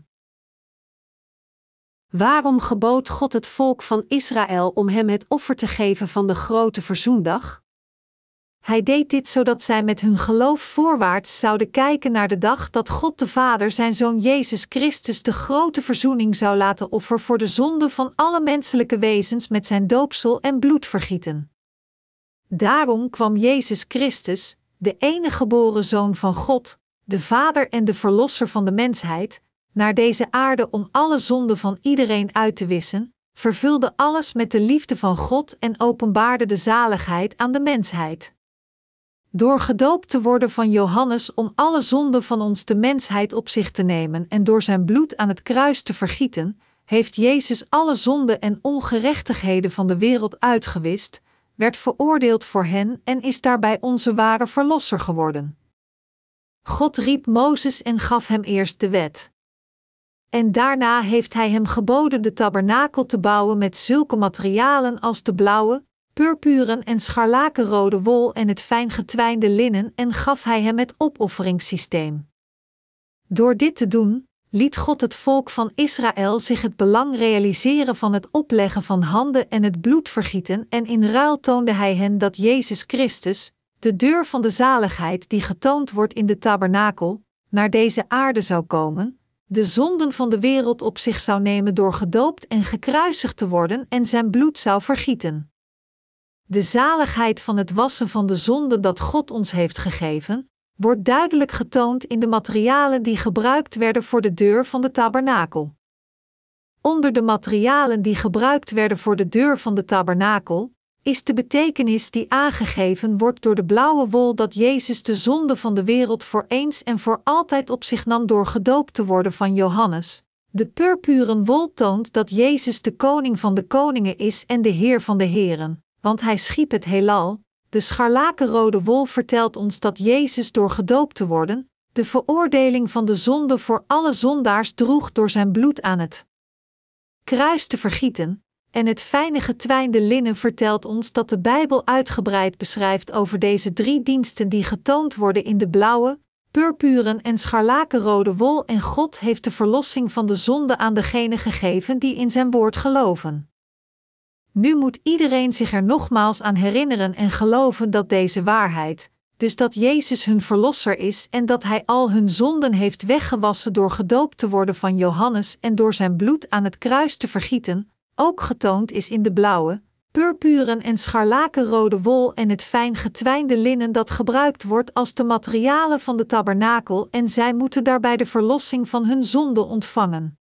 Waarom gebood God het volk van Israël om hem het offer te geven van de grote verzoendag? Hij deed dit zodat zij met hun geloof voorwaarts zouden kijken naar de dag dat God de Vader zijn Zoon Jezus Christus de grote verzoening zou laten offeren voor de zonde van alle menselijke wezens met zijn doopsel en bloedvergieten. Daarom kwam Jezus Christus, de enige geboren Zoon van God, de Vader en de Verlosser van de mensheid, naar deze aarde om alle zonden van iedereen uit te wissen, vervulde alles met de liefde van God en openbaarde de zaligheid aan de mensheid. Door gedoopt te worden van Johannes om alle zonden van ons de mensheid op zich te nemen en door zijn bloed aan het kruis te vergieten, heeft Jezus alle zonden en ongerechtigheden van de wereld uitgewist, werd veroordeeld voor hen en is daarbij onze ware Verlosser geworden. God riep Mozes en gaf hem eerst de wet. En daarna heeft hij hem geboden de tabernakel te bouwen met zulke materialen als de blauwe, purpuren en scharlakenrode wol en het fijn getwijnde linnen en gaf hij hem het opofferingssysteem. Door dit te doen, liet God het volk van Israël zich het belang realiseren van het opleggen van handen en het bloed vergieten en in ruil toonde hij hen dat Jezus Christus, de deur van de zaligheid die getoond wordt in de tabernakel, naar deze aarde zou komen, de zonden van de wereld op zich zou nemen door gedoopt en gekruisigd te worden en zijn bloed zou vergieten. De zaligheid van het wassen van de zonden dat God ons heeft gegeven, wordt duidelijk getoond in de materialen die gebruikt werden voor de deur van de tabernakel. Onder de materialen die gebruikt werden voor de deur van de tabernakel, is de betekenis die aangegeven wordt door de blauwe wol dat Jezus de zonde van de wereld voor eens en voor altijd op zich nam door gedoopt te worden van Johannes. De purpuren wol toont dat Jezus de koning van de koningen is en de heer van de heren, want hij schiep het heelal. De scharlakenrode wol vertelt ons dat Jezus door gedoopt te worden, de veroordeling van de zonde voor alle zondaars droeg door zijn bloed aan het kruis te vergieten, en het fijne getwijnde linnen vertelt ons dat de Bijbel uitgebreid beschrijft over deze drie diensten die getoond worden in de blauwe, purpuren en scharlakenrode wol en God heeft de verlossing van de zonde aan degenen gegeven die in zijn woord geloven. Nu moet iedereen zich er nogmaals aan herinneren en geloven dat deze waarheid, dus dat Jezus hun verlosser is en dat hij al hun zonden heeft weggewassen door gedoopt te worden van Johannes en door zijn bloed aan het kruis te vergieten, ook getoond is in de blauwe, purpuren en scharlakenrode wol en het fijn getwijnde linnen dat gebruikt wordt als de materialen van de tabernakel en zij moeten daarbij de verlossing van hun zonde ontvangen.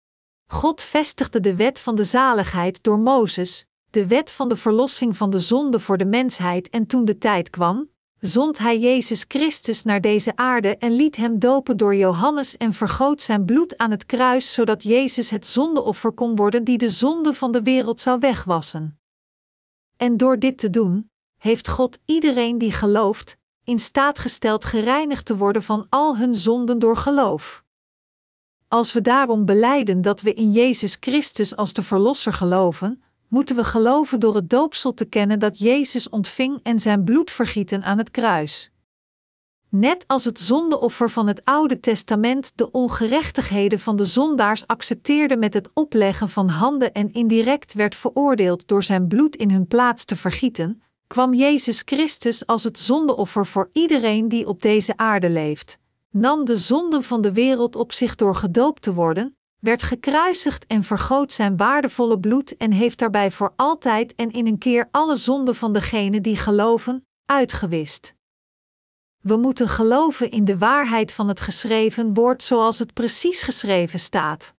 God vestigde de wet van de zaligheid door Mozes, de wet van de verlossing van de zonde voor de mensheid en toen de tijd kwam, zond hij Jezus Christus naar deze aarde en liet hem dopen door Johannes en vergoot zijn bloed aan het kruis zodat Jezus het zondeoffer kon worden die de zonde van de wereld zou wegwassen. En door dit te doen, heeft God iedereen die gelooft, in staat gesteld gereinigd te worden van al hun zonden door geloof. Als we daarom belijden dat we in Jezus Christus als de Verlosser geloven, moeten we geloven door het doopsel te kennen dat Jezus ontving en zijn bloed vergieten aan het kruis. Net als het zondeoffer van het Oude Testament de ongerechtigheden van de zondaars accepteerde met het opleggen van handen en indirect werd veroordeeld door zijn bloed in hun plaats te vergieten, kwam Jezus Christus als het zondeoffer voor iedereen die op deze aarde leeft, nam de zonden van de wereld op zich door gedoopt te worden, werd gekruisigd en vergoot zijn waardevolle bloed en heeft daarbij voor altijd en in een keer alle zonden van degenen die geloven, uitgewist. We moeten geloven in de waarheid van het geschreven woord zoals het precies geschreven staat.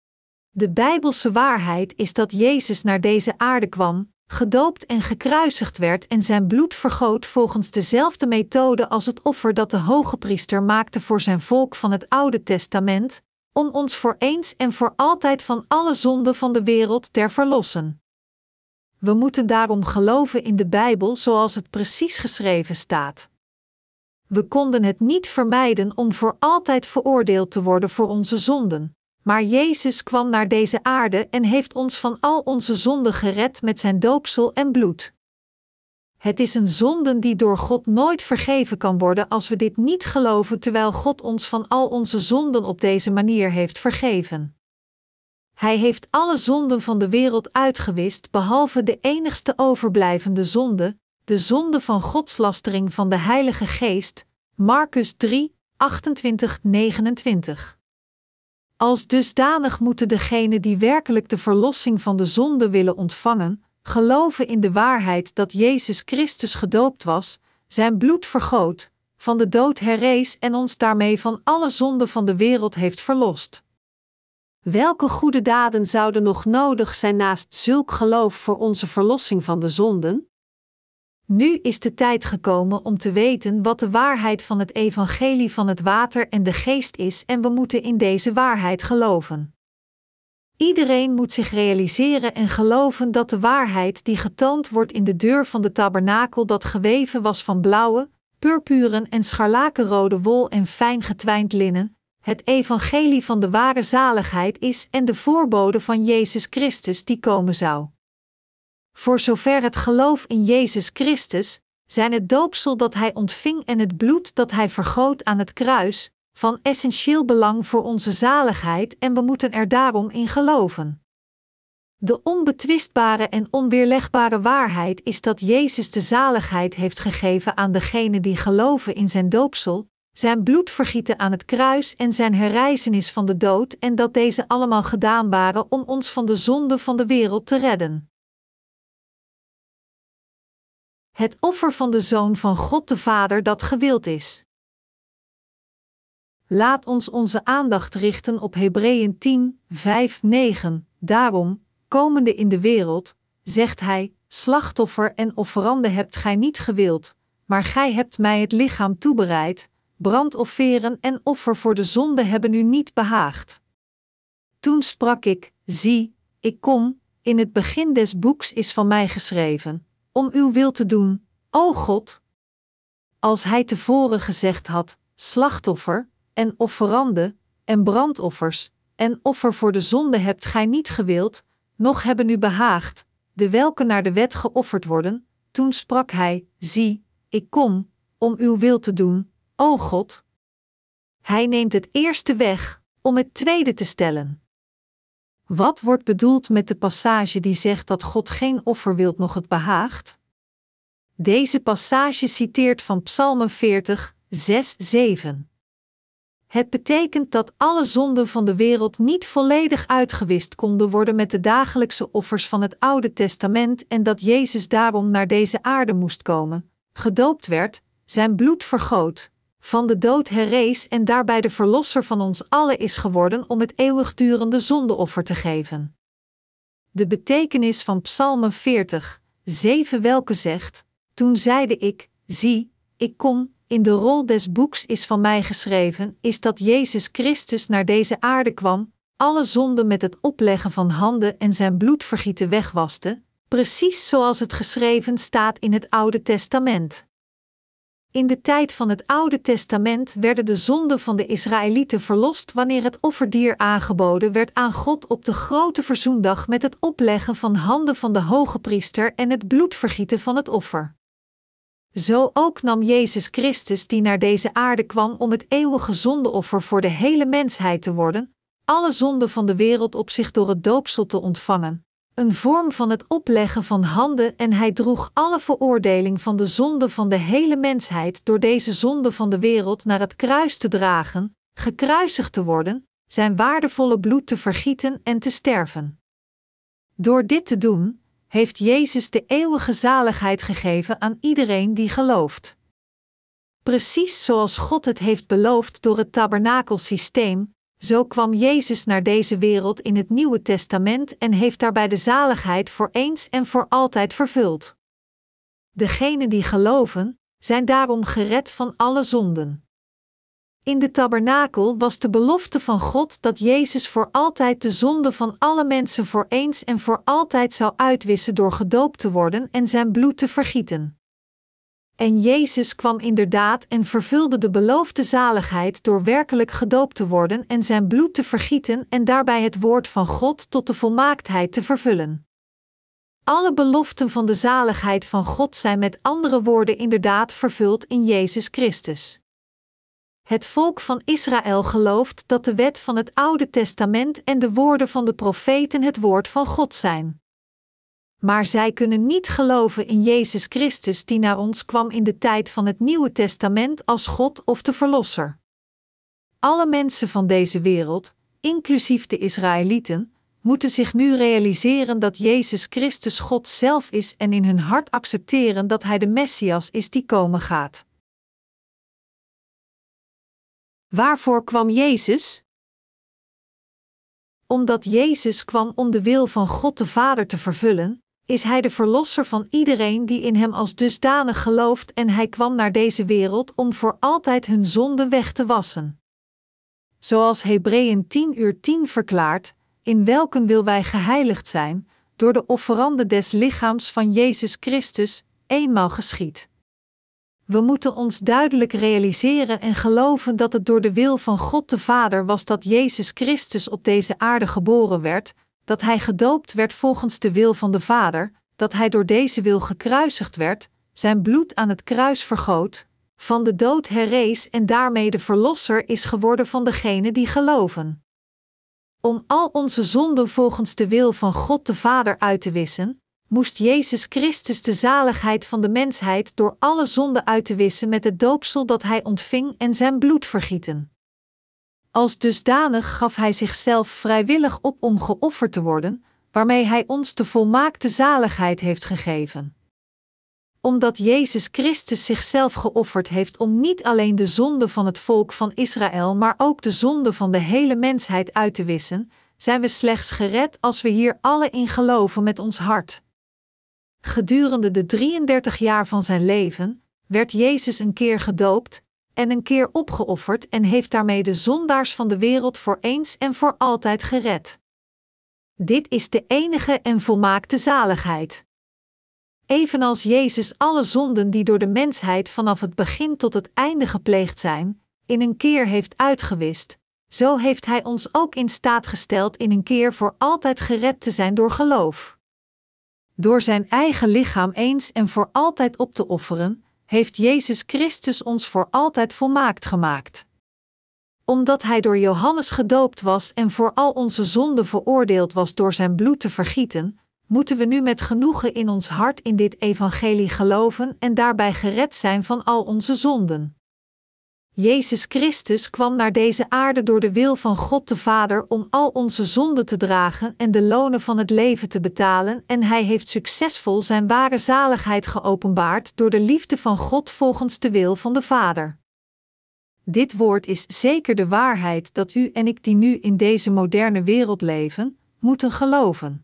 De Bijbelse waarheid is dat Jezus naar deze aarde kwam, gedoopt en gekruisigd werd en zijn bloed vergoot volgens dezelfde methode als het offer dat de hogepriester maakte voor zijn volk van het Oude Testament, om ons voor eens en voor altijd van alle zonden van de wereld te verlossen. We moeten daarom geloven in de Bijbel zoals het precies geschreven staat. We konden het niet vermijden om voor altijd veroordeeld te worden voor onze zonden, maar Jezus kwam naar deze aarde en heeft ons van al onze zonden gered met zijn doopsel en bloed. Het is een zonde die door God nooit vergeven kan worden als we dit niet geloven terwijl God ons van al onze zonden op deze manier heeft vergeven. Hij heeft alle zonden van de wereld uitgewist behalve de enigste overblijvende zonde, de zonde van godslastering van de Heilige Geest, Marcus drie, achtentwintig tot negenentwintig. Als dusdanig moeten degenen die werkelijk de verlossing van de zonde willen ontvangen, geloven in de waarheid dat Jezus Christus gedoopt was, zijn bloed vergoot, van de dood herrees en ons daarmee van alle zonden van de wereld heeft verlost. Welke goede daden zouden nog nodig zijn naast zulk geloof voor onze verlossing van de zonden? Nu is de tijd gekomen om te weten wat de waarheid van het evangelie van het water en de geest is en we moeten in deze waarheid geloven. Iedereen moet zich realiseren en geloven dat de waarheid die getoond wordt in de deur van de tabernakel dat geweven was van blauwe, purpuren en scharlakenrode wol en fijn getwijnd linnen, het evangelie van de ware zaligheid is en de voorbode van Jezus Christus die komen zou. Voor zover het geloof in Jezus Christus, zijn het doopsel dat Hij ontving en het bloed dat Hij vergoot aan het kruis, van essentieel belang voor onze zaligheid en we moeten er daarom in geloven. De onbetwistbare en onweerlegbare waarheid is dat Jezus de zaligheid heeft gegeven aan degenen die geloven in zijn doopsel, zijn bloedvergieten aan het kruis en zijn herrijzenis van de dood en dat deze allemaal gedaan waren om ons van de zonde van de wereld te redden. Het offer van de Zoon van God de Vader dat gewild is. Laat ons onze aandacht richten op Hebreeën tien, vijf, negen. Daarom, komende in de wereld, zegt hij, slachtoffer en offerande hebt gij niet gewild, maar gij hebt mij het lichaam toebereid, brandofferen en offer voor de zonde hebben u niet behaagd. Toen sprak ik, zie, ik kom, in het begin des boeks is van mij geschreven, om uw wil te doen, o God. Als hij tevoren gezegd had, slachtoffer, en offerande, en brandoffers, en offer voor de zonde hebt gij niet gewild, noch hebben u behaagd, de welke naar de wet geofferd worden, toen sprak hij, zie, ik kom, om uw wil te doen, o God. Hij neemt het eerste weg, om het tweede te stellen. Wat wordt bedoeld met de passage die zegt dat God geen offer wilt noch het behaagt? Deze passage citeert van Psalmen veertig, zes, zeven. Het betekent dat alle zonden van de wereld niet volledig uitgewist konden worden met de dagelijkse offers van het Oude Testament en dat Jezus daarom naar deze aarde moest komen, gedoopt werd, zijn bloed vergoot, van de dood herrees en daarbij de verlosser van ons allen is geworden om het eeuwigdurende zondeoffer te geven. De betekenis van Psalmen veertig, zeven welke zegt, toen zeide ik, zie, ik kom, in de rol des boeks is van mij geschreven, is dat Jezus Christus naar deze aarde kwam, alle zonden met het opleggen van handen en zijn bloedvergieten wegwaste, precies zoals het geschreven staat in het Oude Testament. In de tijd van het Oude Testament werden de zonden van de Israëlieten verlost wanneer het offerdier aangeboden werd aan God op de grote verzoendag met het opleggen van handen van de hogepriester en het bloedvergieten van het offer. Zo ook nam Jezus Christus die naar deze aarde kwam om het eeuwige zondeoffer voor de hele mensheid te worden, alle zonden van de wereld op zich door het doopsel te ontvangen, een vorm van het opleggen van handen en hij droeg alle veroordeling van de zonde van de hele mensheid door deze zonde van de wereld naar het kruis te dragen, gekruisigd te worden, zijn waardevolle bloed te vergieten en te sterven. Door dit te doen, heeft Jezus de eeuwige zaligheid gegeven aan iedereen die gelooft. Precies zoals God het heeft beloofd door het tabernakelsysteem, zo kwam Jezus naar deze wereld in het Nieuwe Testament en heeft daarbij de zaligheid voor eens en voor altijd vervuld. Degenen die geloven, zijn daarom gered van alle zonden. In de tabernakel was de belofte van God dat Jezus voor altijd de zonde van alle mensen voor eens en voor altijd zou uitwissen door gedoopt te worden en zijn bloed te vergieten. En Jezus kwam inderdaad en vervulde de beloofde zaligheid door werkelijk gedoopt te worden en zijn bloed te vergieten en daarbij het woord van God tot de volmaaktheid te vervullen. Alle beloften van de zaligheid van God zijn met andere woorden inderdaad vervuld in Jezus Christus. Het volk van Israël gelooft dat de wet van het Oude Testament en de woorden van de profeten het woord van God zijn. Maar zij kunnen niet geloven in Jezus Christus die naar ons kwam in de tijd van het Nieuwe Testament als God of de Verlosser. Alle mensen van deze wereld, inclusief de Israëlieten, moeten zich nu realiseren dat Jezus Christus God zelf is en in hun hart accepteren dat Hij de Messias is die komen gaat. Waarvoor kwam Jezus? Omdat Jezus kwam om de wil van God de Vader te vervullen, is Hij de Verlosser van iedereen die in Hem als dusdanig gelooft en Hij kwam naar deze wereld om voor altijd hun zonden weg te wassen. Zoals Hebreeën tien uur tien verklaart, in welken wil wij geheiligd zijn, door de offerande des lichaams van Jezus Christus, eenmaal geschied. We moeten ons duidelijk realiseren en geloven dat het door de wil van God de Vader was dat Jezus Christus op deze aarde geboren werd, dat Hij gedoopt werd volgens de wil van de Vader, dat Hij door deze wil gekruisigd werd, zijn bloed aan het kruis vergoot, van de dood herrees en daarmee de verlosser is geworden van degenen die geloven. Om al onze zonden volgens de wil van God de Vader uit te wissen, moest Jezus Christus de zaligheid van de mensheid door alle zonden uit te wissen met het doopsel dat Hij ontving en zijn bloed vergieten. Als dusdanig gaf Hij zichzelf vrijwillig op om geofferd te worden, waarmee Hij ons de volmaakte zaligheid heeft gegeven. Omdat Jezus Christus zichzelf geofferd heeft om niet alleen de zonde van het volk van Israël, maar ook de zonde van de hele mensheid uit te wissen, zijn we slechts gered als we hier alle in geloven met ons hart. Gedurende de drieëndertig jaar van zijn leven werd Jezus een keer gedoopt en een keer opgeofferd en heeft daarmee de zondaars van de wereld voor eens en voor altijd gered. Dit is de enige en volmaakte zaligheid. Evenals Jezus alle zonden die door de mensheid vanaf het begin tot het einde gepleegd zijn, in een keer heeft uitgewist, zo heeft Hij ons ook in staat gesteld in een keer voor altijd gered te zijn door geloof. Door zijn eigen lichaam eens en voor altijd op te offeren, heeft Jezus Christus ons voor altijd volmaakt gemaakt. Omdat Hij door Johannes gedoopt was en voor al onze zonden veroordeeld was door zijn bloed te vergieten, moeten we nu met genoegen in ons hart in dit evangelie geloven en daarbij gered zijn van al onze zonden. Jezus Christus kwam naar deze aarde door de wil van God de Vader om al onze zonden te dragen en de lonen van het leven te betalen, en Hij heeft succesvol zijn ware zaligheid geopenbaard door de liefde van God volgens de wil van de Vader. Dit woord is zeker de waarheid dat u en ik die nu in deze moderne wereld leven, moeten geloven.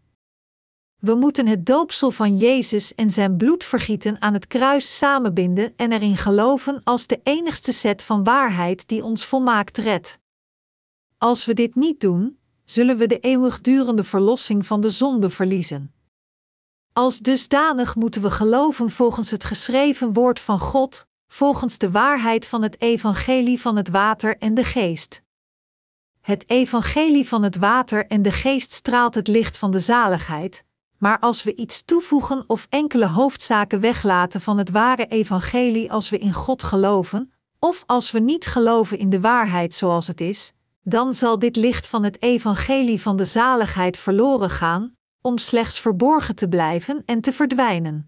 We moeten het doopsel van Jezus en zijn bloedvergieten aan het kruis samenbinden en erin geloven als de enigste set van waarheid die ons volmaakt redt. Als we dit niet doen, zullen we de eeuwigdurende verlossing van de zonde verliezen. Als dusdanig moeten we geloven volgens het geschreven woord van God, volgens de waarheid van het evangelie van het water en de geest. Het evangelie van het water en de geest straalt het licht van de zaligheid. Maar als we iets toevoegen of enkele hoofdzaken weglaten van het ware evangelie als we in God geloven, of als we niet geloven in de waarheid zoals het is, dan zal dit licht van het evangelie van de zaligheid verloren gaan, om slechts verborgen te blijven en te verdwijnen.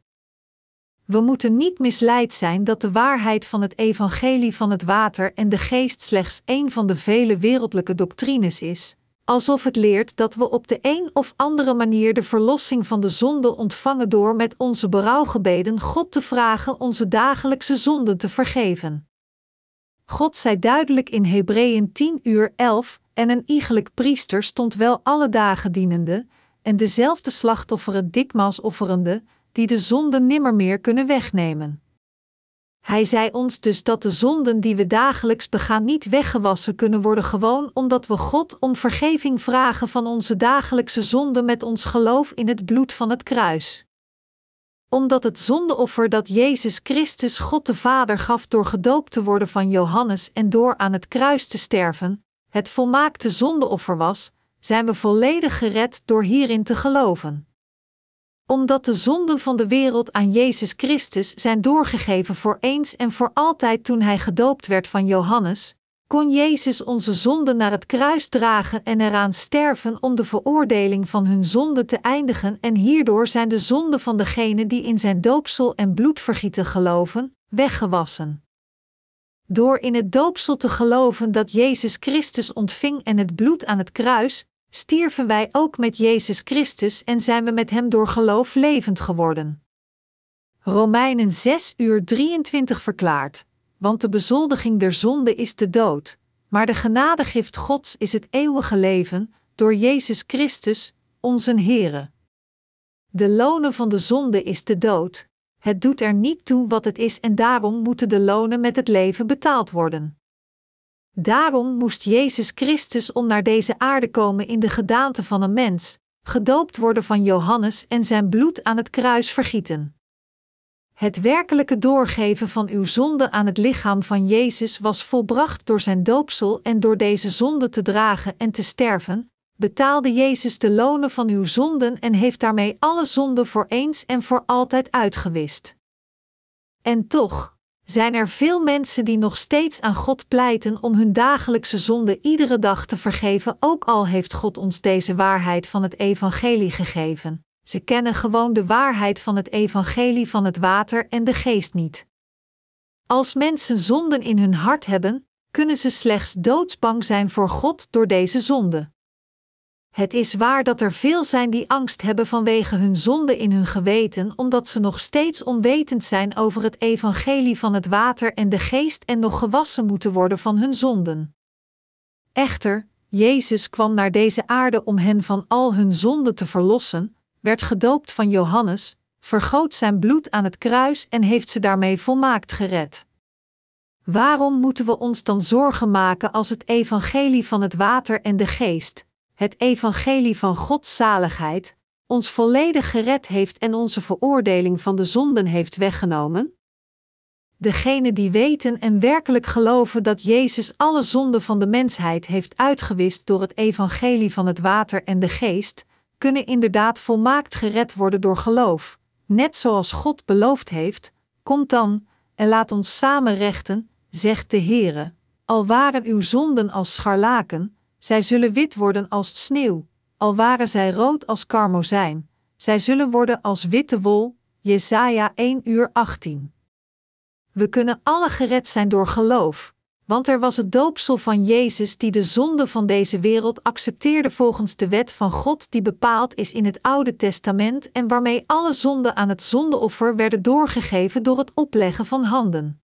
We moeten niet misleid zijn dat de waarheid van het evangelie van het water en de geest slechts één van de vele wereldlijke doctrines is, alsof het leert dat we op de een of andere manier de verlossing van de zonde ontvangen door met onze berouwgebeden God te vragen onze dagelijkse zonden te vergeven. God zei duidelijk in Hebreeën tien uur elf, en een iegelijk priester stond wel alle dagen dienende, en dezelfde slachtofferen dikmaals offerende, die de zonden nimmermeer kunnen wegnemen. Hij zei ons dus dat de zonden die we dagelijks begaan niet weggewassen kunnen worden gewoon omdat we God om vergeving vragen van onze dagelijkse zonden met ons geloof in het bloed van het kruis. Omdat het zondeoffer dat Jezus Christus God de Vader gaf door gedoopt te worden van Johannes en door aan het kruis te sterven, het volmaakte zondeoffer was, zijn we volledig gered door hierin te geloven. Omdat de zonden van de wereld aan Jezus Christus zijn doorgegeven voor eens en voor altijd toen Hij gedoopt werd van Johannes, kon Jezus onze zonden naar het kruis dragen en eraan sterven om de veroordeling van hun zonden te eindigen, en hierdoor zijn de zonden van degenen die in zijn doopsel en bloedvergieten geloven, weggewassen. Door in het doopsel te geloven dat Jezus Christus ontving en het bloed aan het kruis, stierven wij ook met Jezus Christus en zijn we met Hem door geloof levend geworden. Romeinen zes uur drieëntwintig verklaart, want de bezoldiging der zonde is de dood, maar de genadegift Gods is het eeuwige leven, door Jezus Christus, onze Heere. De lonen van de zonde is de dood, het doet er niet toe wat het is en daarom moeten de lonen met het leven betaald worden. Daarom moest Jezus Christus om naar deze aarde komen in de gedaante van een mens, gedoopt worden van Johannes en zijn bloed aan het kruis vergieten. Het werkelijke doorgeven van uw zonde aan het lichaam van Jezus was volbracht door zijn doopsel en door deze zonde te dragen en te sterven, betaalde Jezus de lonen van uw zonden en heeft daarmee alle zonden voor eens en voor altijd uitgewist. En toch zijn er veel mensen die nog steeds aan God pleiten om hun dagelijkse zonde iedere dag te vergeven, ook al heeft God ons deze waarheid van het evangelie gegeven. Ze kennen gewoon de waarheid van het evangelie van het water en de geest niet. Als mensen zonden in hun hart hebben, kunnen ze slechts doodsbang zijn voor God door deze zonde. Het is waar dat er veel zijn die angst hebben vanwege hun zonde in hun geweten, omdat ze nog steeds onwetend zijn over het evangelie van het water en de geest en nog gewassen moeten worden van hun zonden. Echter, Jezus kwam naar deze aarde om hen van al hun zonden te verlossen, werd gedoopt van Johannes, vergoot zijn bloed aan het kruis en heeft ze daarmee volmaakt gered. Waarom moeten we ons dan zorgen maken als het evangelie van het water en de geest, het evangelie van Gods zaligheid, ons volledig gered heeft en onze veroordeling van de zonden heeft weggenomen? Degenen die weten en werkelijk geloven dat Jezus alle zonden van de mensheid heeft uitgewist door het evangelie van het water en de geest, kunnen inderdaad volmaakt gered worden door geloof, net zoals God beloofd heeft. Komt dan, en laat ons samen rechten, zegt de Heere, al waren uw zonden als scharlaken, zij zullen wit worden als sneeuw, al waren zij rood als karmozijn, zij zullen worden als witte wol. Jesaja één uur achttien. We kunnen alle gered zijn door geloof, want er was het doopsel van Jezus die de zonde van deze wereld accepteerde volgens de wet van God die bepaald is in het Oude Testament en waarmee alle zonden aan het zondeoffer werden doorgegeven door het opleggen van handen.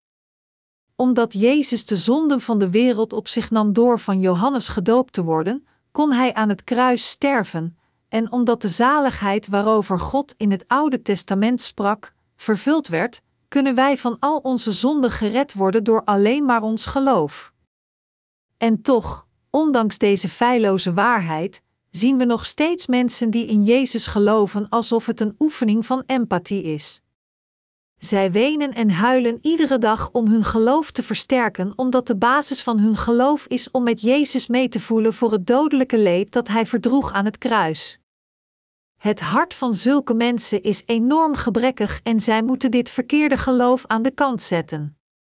Omdat Jezus de zonden van de wereld op zich nam door van Johannes gedoopt te worden, kon hij aan het kruis sterven, en omdat de zaligheid waarover God in het Oude Testament sprak, vervuld werd, kunnen wij van al onze zonden gered worden door alleen maar ons geloof. En toch, ondanks deze feilloze waarheid, zien we nog steeds mensen die in Jezus geloven alsof het een oefening van empathie is. Zij wenen en huilen iedere dag om hun geloof te versterken, omdat de basis van hun geloof is om met Jezus mee te voelen voor het dodelijke leed dat hij verdroeg aan het kruis. Het hart van zulke mensen is enorm gebrekkig en zij moeten dit verkeerde geloof aan de kant zetten.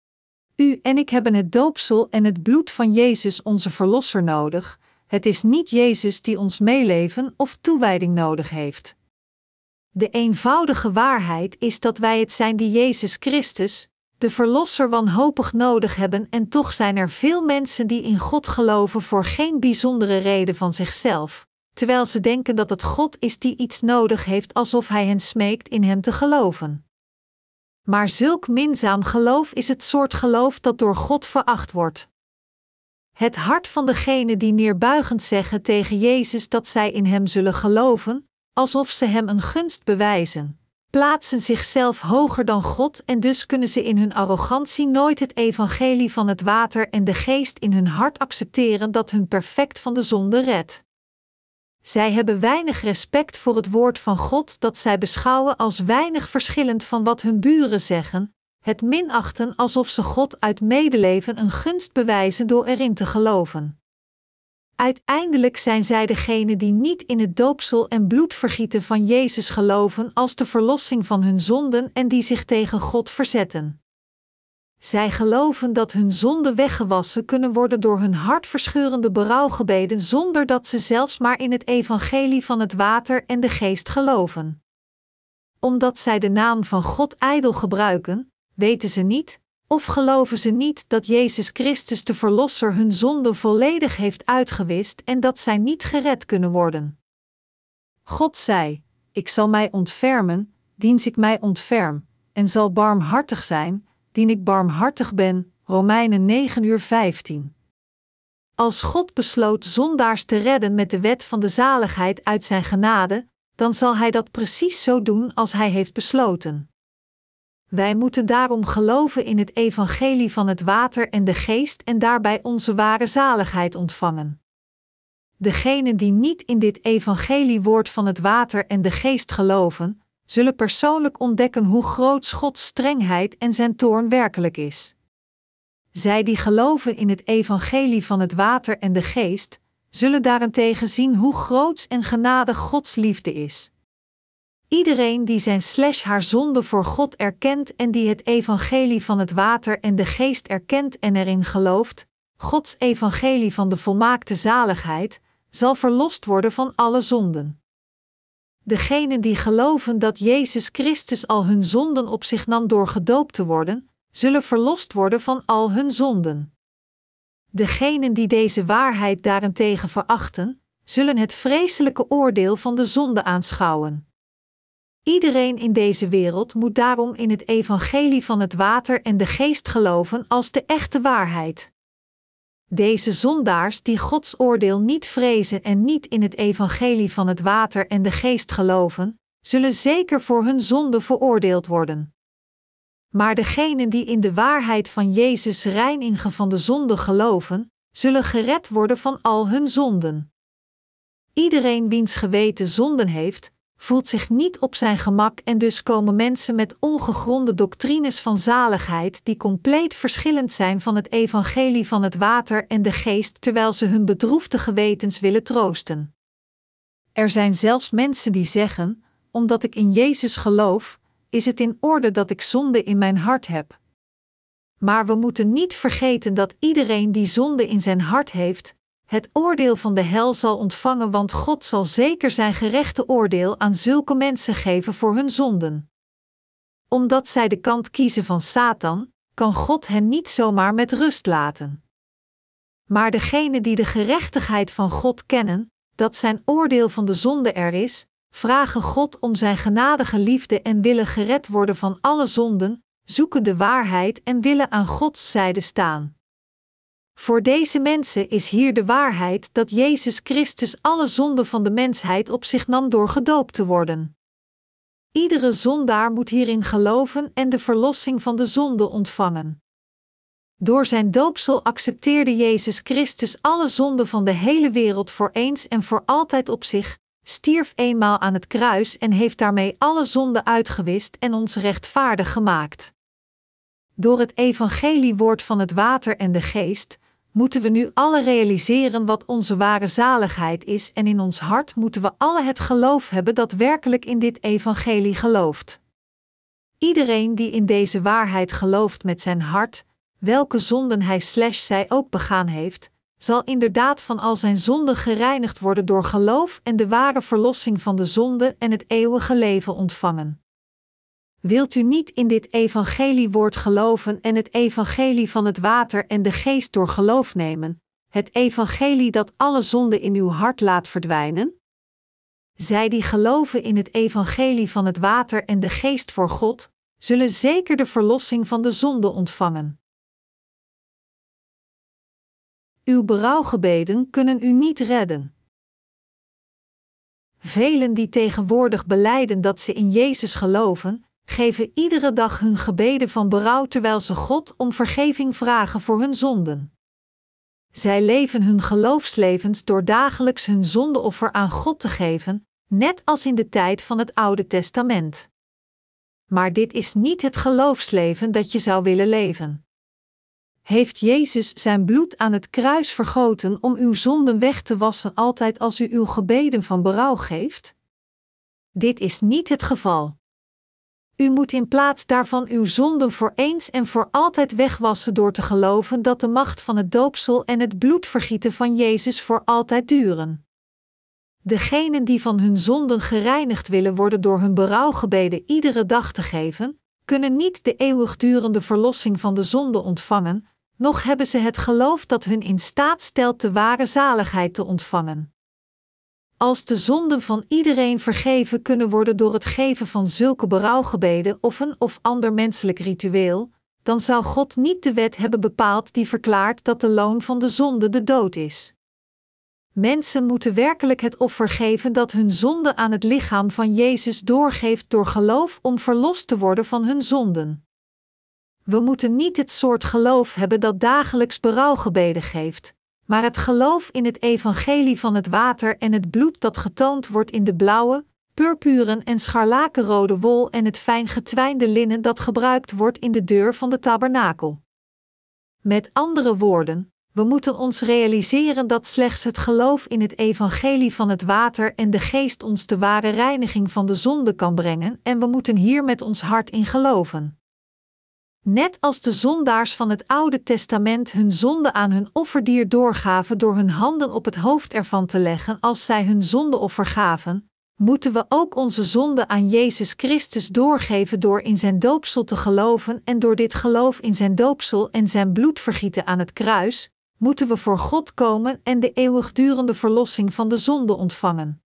U en ik hebben het doopsel en het bloed van Jezus onze Verlosser nodig. Het is niet Jezus die ons meeleven of toewijding nodig heeft. De eenvoudige waarheid is dat wij het zijn die Jezus Christus, de Verlosser, wanhopig nodig hebben, en toch zijn er veel mensen die in God geloven voor geen bijzondere reden van zichzelf, terwijl ze denken dat het God is die iets nodig heeft alsof Hij hen smeekt in Hem te geloven. Maar zulk minzaam geloof is het soort geloof dat door God veracht wordt. Het hart van degenen die neerbuigend zeggen tegen Jezus dat zij in Hem zullen geloven, alsof ze Hem een gunst bewijzen, plaatsen zichzelf hoger dan God en dus kunnen ze in hun arrogantie nooit het evangelie van het water en de geest in hun hart accepteren dat hun perfect van de zonde redt. Zij hebben weinig respect voor het woord van God dat zij beschouwen als weinig verschillend van wat hun buren zeggen, het minachten alsof ze God uit medeleven een gunst bewijzen door erin te geloven. Uiteindelijk zijn zij degenen die niet in het doopsel en bloedvergieten van Jezus geloven als de verlossing van hun zonden en die zich tegen God verzetten. Zij geloven dat hun zonden weggewassen kunnen worden door hun hartverscheurende berouwgebeden zonder dat ze zelfs maar in het evangelie van het water en de geest geloven. Omdat zij de naam van God ijdel gebruiken, weten ze niet, of geloven ze niet dat Jezus Christus de Verlosser hun zonde volledig heeft uitgewist en dat zij niet gered kunnen worden. God zei, ik zal mij ontfermen, diens ik mij ontferm, en zal barmhartig zijn, dien ik barmhartig ben, Romeinen negen uur vijftien. Als God besloot zondaars te redden met de wet van de zaligheid uit zijn genade, dan zal Hij dat precies zo doen als Hij heeft besloten. Wij moeten daarom geloven in het evangelie van het water en de geest en daarbij onze ware zaligheid ontvangen. Degenen die niet in dit evangeliewoord van het water en de geest geloven, zullen persoonlijk ontdekken hoe groot Gods strengheid en zijn toorn werkelijk is. Zij die geloven in het evangelie van het water en de geest, zullen daarentegen zien hoe groots en genadig Gods liefde is. Iedereen die zijn slash haar zonde voor God erkent en die het evangelie van het water en de geest erkent en erin gelooft, Gods evangelie van de volmaakte zaligheid, zal verlost worden van alle zonden. Degenen die geloven dat Jezus Christus al hun zonden op zich nam door gedoopt te worden, zullen verlost worden van al hun zonden. Degenen die deze waarheid daarentegen verachten, zullen het vreselijke oordeel van de zonde aanschouwen. Iedereen in deze wereld moet daarom in het evangelie van het water en de geest geloven als de echte waarheid. Deze zondaars die Gods oordeel niet vrezen en niet in het evangelie van het water en de geest geloven, zullen zeker voor hun zonde veroordeeld worden. Maar degenen die in de waarheid van Jezus' reinige van de zonde geloven, zullen gered worden van al hun zonden. Iedereen wiens geweten zonden heeft, voelt zich niet op zijn gemak en dus komen mensen met ongegronde doctrines van zaligheid die compleet verschillend zijn van het evangelie van het water en de geest terwijl ze hun bedroefde gewetens willen troosten. Er zijn zelfs mensen die zeggen, omdat ik in Jezus geloof, is het in orde dat ik zonde in mijn hart heb. Maar we moeten niet vergeten dat iedereen die zonde in zijn hart heeft, het oordeel van de hel zal ontvangen, want God zal zeker zijn gerechte oordeel aan zulke mensen geven voor hun zonden. Omdat zij de kant kiezen van Satan, kan God hen niet zomaar met rust laten. Maar degenen die de gerechtigheid van God kennen, dat zijn oordeel van de zonde er is, vragen God om zijn genadige liefde en willen gered worden van alle zonden, zoeken de waarheid en willen aan Gods zijde staan. Voor deze mensen is hier de waarheid dat Jezus Christus alle zonden van de mensheid op zich nam door gedoopt te worden. Iedere zondaar moet hierin geloven en de verlossing van de zonde ontvangen. Door zijn doopsel accepteerde Jezus Christus alle zonden van de hele wereld voor eens en voor altijd op zich, stierf eenmaal aan het kruis en heeft daarmee alle zonden uitgewist en ons rechtvaardig gemaakt. Door het evangeliewoord van het water en de geest moeten we nu alle realiseren wat onze ware zaligheid is en in ons hart moeten we alle het geloof hebben dat werkelijk in dit evangelie gelooft. Iedereen die in deze waarheid gelooft met zijn hart, welke zonden hij slash zij ook begaan heeft, zal inderdaad van al zijn zonden gereinigd worden door geloof en de ware verlossing van de zonde en het eeuwige leven ontvangen. Wilt u niet in dit evangeliewoord geloven en het evangelie van het water en de geest door geloof nemen, het evangelie dat alle zonden in uw hart laat verdwijnen? Zij die geloven in het evangelie van het water en de geest voor God, zullen zeker de verlossing van de zonde ontvangen. Uw berouwgebeden kunnen u niet redden. Velen die tegenwoordig belijden dat ze in Jezus geloven, geven iedere dag hun gebeden van berouw terwijl ze God om vergeving vragen voor hun zonden. Zij leven hun geloofslevens door dagelijks hun zondeoffer aan God te geven, net als in de tijd van het Oude Testament. Maar dit is niet het geloofsleven dat je zou willen leven. Heeft Jezus zijn bloed aan het kruis vergoten om uw zonden weg te wassen altijd als u uw gebeden van berouw geeft? Dit is niet het geval. U moet in plaats daarvan uw zonden voor eens en voor altijd wegwassen door te geloven dat de macht van het doopsel en het bloedvergieten van Jezus voor altijd duren. Degenen die van hun zonden gereinigd willen worden door hun berouwgebeden iedere dag te geven, kunnen niet de eeuwigdurende verlossing van de zonde ontvangen, noch hebben ze het geloof dat hun in staat stelt de ware zaligheid te ontvangen. Als de zonden van iedereen vergeven kunnen worden door het geven van zulke berouwgebeden of een of ander menselijk ritueel, dan zou God niet de wet hebben bepaald die verklaart dat de loon van de zonde de dood is. Mensen moeten werkelijk het offer geven dat hun zonde aan het lichaam van Jezus doorgeeft door geloof om verlost te worden van hun zonden. We moeten niet het soort geloof hebben dat dagelijks berouwgebeden geeft, maar het geloof in het evangelie van het water en het bloed dat getoond wordt in de blauwe, purpuren en scharlakenrode wol en het fijn getwijnde linnen dat gebruikt wordt in de deur van de tabernakel. Met andere woorden, we moeten ons realiseren dat slechts het geloof in het evangelie van het water en de geest ons de ware reiniging van de zonde kan brengen en we moeten hier met ons hart in geloven. Net als de zondaars van het Oude Testament hun zonde aan hun offerdier doorgaven door hun handen op het hoofd ervan te leggen als zij hun zondeoffer gaven, moeten we ook onze zonde aan Jezus Christus doorgeven door in zijn doopsel te geloven en door dit geloof in zijn doopsel en zijn bloedvergieten aan het kruis, moeten we voor God komen en de eeuwigdurende verlossing van de zonde ontvangen.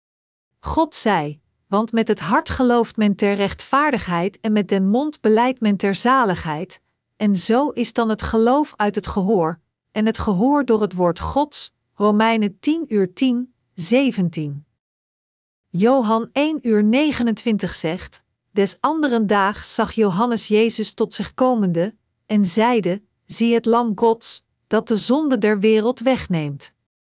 God zei, want met het hart gelooft men ter rechtvaardigheid en met den mond belijdt men ter zaligheid, en zo is dan het geloof uit het gehoor, en het gehoor door het woord Gods, Romeinen tien uur tien, zeventien. Johan één uur negenentwintig zegt, des anderen daags zag Johannes Jezus tot zich komende, en zeide, zie het lam Gods, dat de zonde der wereld wegneemt.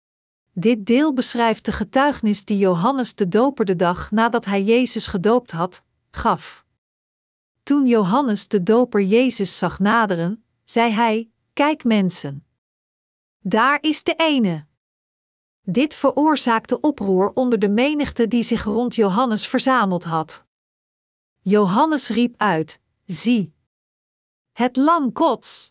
Dit deel beschrijft de getuigenis die Johannes de Doper de dag nadat hij Jezus gedoopt had, gaf. Toen Johannes de Doper Jezus zag naderen, zei hij, kijk mensen. Daar is de ene. Dit veroorzaakte oproer onder de menigte die zich rond Johannes verzameld had. Johannes riep uit, zie! Het lam Gods!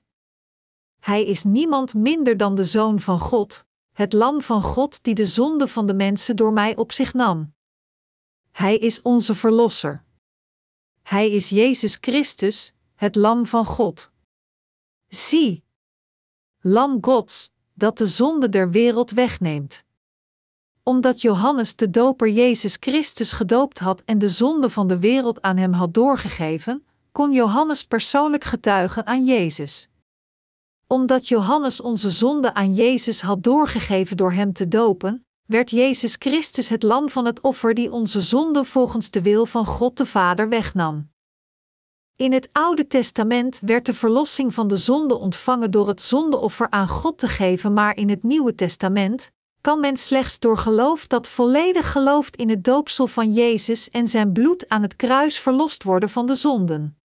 Hij is niemand minder dan de Zoon van God, het lam van God die de zonde van de mensen door mij op zich nam. Hij is onze Verlosser. Hij is Jezus Christus, het lam van God. Zie! Lam Gods, dat de zonde der wereld wegneemt. Omdat Johannes de Doper Jezus Christus gedoopt had en de zonde van de wereld aan hem had doorgegeven, kon Johannes persoonlijk getuigen aan Jezus. Omdat Johannes onze zonde aan Jezus had doorgegeven door hem te dopen, werd Jezus Christus het lam van het offer die onze zonde volgens de wil van God de Vader wegnam. In het Oude Testament werd de verlossing van de zonde ontvangen door het zondeoffer aan God te geven, maar in het Nieuwe Testament kan men slechts door geloof dat volledig gelooft in het doopsel van Jezus en zijn bloed aan het kruis verlost worden van de zonden.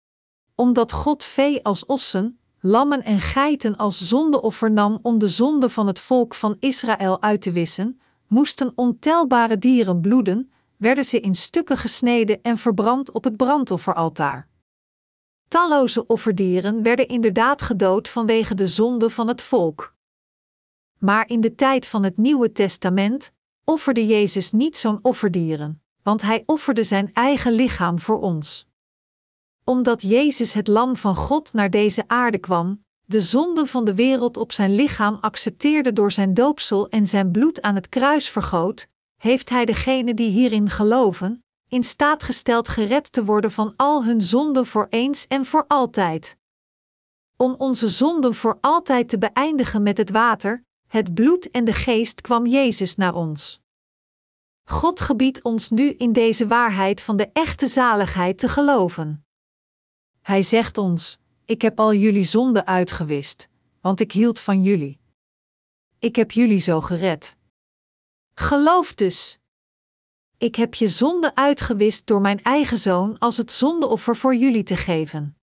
Omdat God vee als ossen, lammen en geiten als zondeoffer nam om de zonde van het volk van Israël uit te wissen, moesten ontelbare dieren bloeden, werden ze in stukken gesneden en verbrand op het brandofferaltaar. Talloze offerdieren werden inderdaad gedood vanwege de zonde van het volk. Maar in de tijd van het Nieuwe Testament offerde Jezus niet zo'n offerdieren, want hij offerde zijn eigen lichaam voor ons. Omdat Jezus het lam van God naar deze aarde kwam, de zonde van de wereld op zijn lichaam accepteerde door zijn doopsel en zijn bloed aan het kruis vergoot, heeft hij degenen die hierin geloven, in staat gesteld gered te worden van al hun zonden voor eens en voor altijd. Om onze zonden voor altijd te beëindigen met het water, het bloed en de geest kwam Jezus naar ons. God gebiedt ons nu in deze waarheid van de echte zaligheid te geloven. Hij zegt ons, ik heb al jullie zonden uitgewist, want ik hield van jullie. Ik heb jullie zo gered. Geloof dus. Ik heb je zonde uitgewist door mijn eigen zoon als het zondeoffer voor jullie te geven.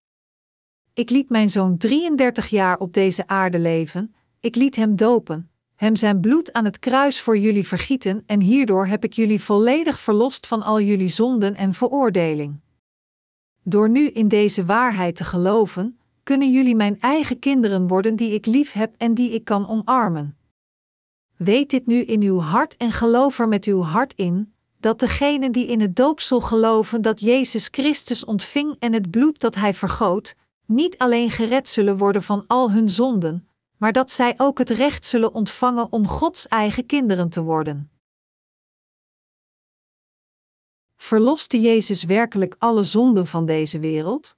Ik liet mijn zoon drieëndertig jaar op deze aarde leven, ik liet hem dopen, hem zijn bloed aan het kruis voor jullie vergieten en hierdoor heb ik jullie volledig verlost van al jullie zonden en veroordeling. Door nu in deze waarheid te geloven, kunnen jullie mijn eigen kinderen worden die ik lief heb en die ik kan omarmen. Weet dit nu in uw hart en geloof er met uw hart in, dat degenen die in het doopsel geloven dat Jezus Christus ontving en het bloed dat hij vergoot, niet alleen gered zullen worden van al hun zonden, maar dat zij ook het recht zullen ontvangen om Gods eigen kinderen te worden. Verloste Jezus werkelijk alle zonden van deze wereld?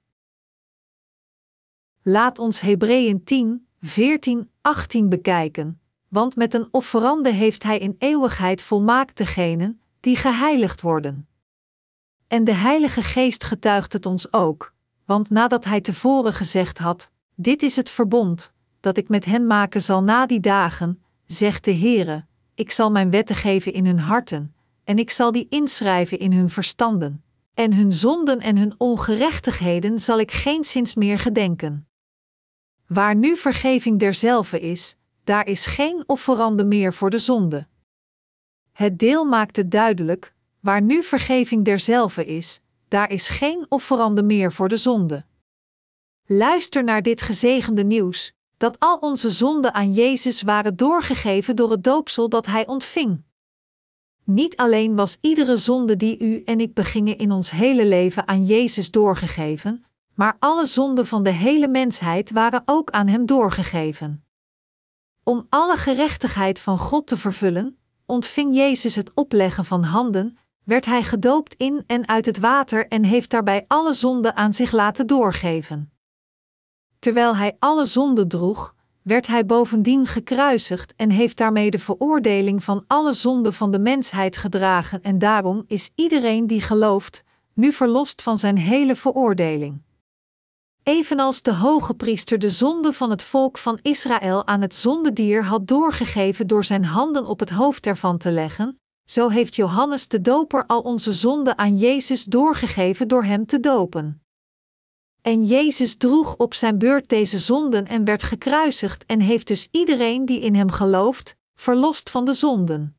Laat ons Hebreeën tien, veertien, achttien bekijken, want met een offerande heeft hij in eeuwigheid volmaakt degenen die geheiligd worden. En de Heilige Geest getuigt het ons ook, want nadat hij tevoren gezegd had, dit is het verbond, dat ik met hen maken zal na die dagen, zegt de Heere, ik zal mijn wetten geven in hun harten, en ik zal die inschrijven in hun verstanden, en hun zonden en hun ongerechtigheden zal ik geenszins meer gedenken. Waar nu vergeving derzelve is, daar is geen offerande meer voor de zonde. Het deel maakt het duidelijk, waar nu vergeving derzelve is, daar is geen offerande meer voor de zonde. Luister naar dit gezegende nieuws, dat al onze zonden aan Jezus waren doorgegeven door het doopsel dat Hij ontving. Niet alleen was iedere zonde die u en ik begingen in ons hele leven aan Jezus doorgegeven, maar alle zonden van de hele mensheid waren ook aan Hem doorgegeven. Om alle gerechtigheid van God te vervullen, ontving Jezus het opleggen van handen, werd Hij gedoopt in en uit het water en heeft daarbij alle zonden aan zich laten doorgeven. Terwijl Hij alle zonden droeg, werd Hij bovendien gekruisigd en heeft daarmee de veroordeling van alle zonden van de mensheid gedragen en daarom is iedereen die gelooft, nu verlost van zijn hele veroordeling. Evenals de hoge priester de zonde van het volk van Israël aan het zondedier had doorgegeven door zijn handen op het hoofd ervan te leggen, zo heeft Johannes de Doper al onze zonden aan Jezus doorgegeven door hem te dopen. En Jezus droeg op zijn beurt deze zonden en werd gekruisigd en heeft dus iedereen die in hem gelooft, verlost van de zonden.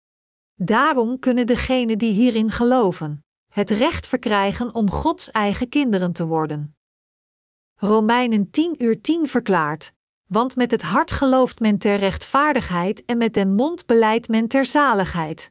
Daarom kunnen degenen die hierin geloven, het recht verkrijgen om Gods eigen kinderen te worden. Romeinen tien uur tien verklaart, want met het hart gelooft men ter rechtvaardigheid en met den mond belijdt men ter zaligheid.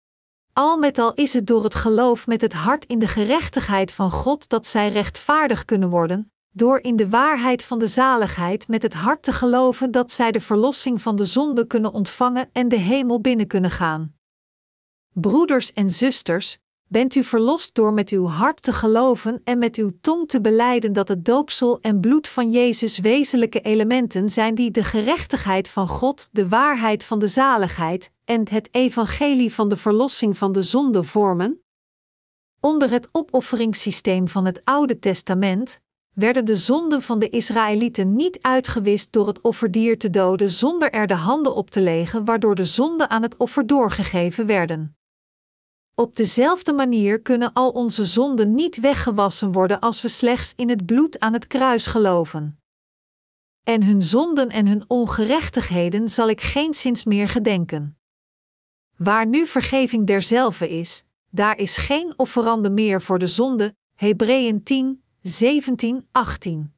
Al met al is het door het geloof met het hart in de gerechtigheid van God dat zij rechtvaardig kunnen worden, door in de waarheid van de zaligheid met het hart te geloven dat zij de verlossing van de zonde kunnen ontvangen en de hemel binnen kunnen gaan. Broeders en zusters, bent u verlost door met uw hart te geloven en met uw tong te belijden dat het doopsel en bloed van Jezus wezenlijke elementen zijn die de gerechtigheid van God, de waarheid van de zaligheid en het evangelie van de verlossing van de zonde vormen? Onder het opofferingssysteem van het Oude Testament werden de zonden van de Israëlieten niet uitgewist door het offerdier te doden zonder er de handen op te leggen, waardoor de zonden aan het offer doorgegeven werden. Op dezelfde manier kunnen al onze zonden niet weggewassen worden als we slechts in het bloed aan het kruis geloven. En hun zonden en hun ongerechtigheden zal ik geenszins meer gedenken. Waar nu vergeving derzelve is, daar is geen offerande meer voor de zonde. Hebreeën tien, zeventien, achttien.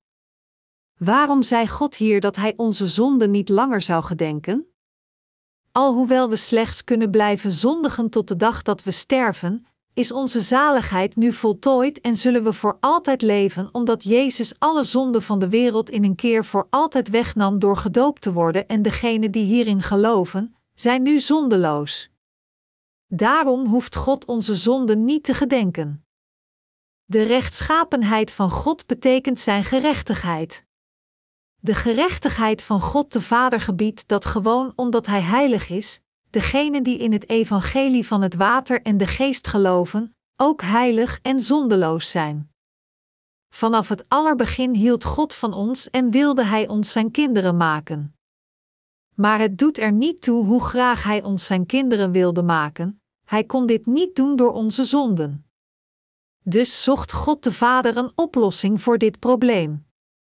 Waarom zei God hier dat Hij onze zonden niet langer zou gedenken? Alhoewel we slechts kunnen blijven zondigen tot de dag dat we sterven, is onze zaligheid nu voltooid en zullen we voor altijd leven omdat Jezus alle zonden van de wereld in een keer voor altijd wegnam door gedoopt te worden en degenen die hierin geloven, zijn nu zondeloos. Daarom hoeft God onze zonden niet te gedenken. De rechtschapenheid van God betekent zijn gerechtigheid. De gerechtigheid van God de Vader gebiedt dat gewoon omdat Hij heilig is, degenen die in het evangelie van het water en de geest geloven, ook heilig en zondeloos zijn. Vanaf het allerbegin hield God van ons en wilde Hij ons zijn kinderen maken. Maar het doet er niet toe hoe graag Hij ons zijn kinderen wilde maken, Hij kon dit niet doen door onze zonden. Dus zocht God de Vader een oplossing voor dit probleem.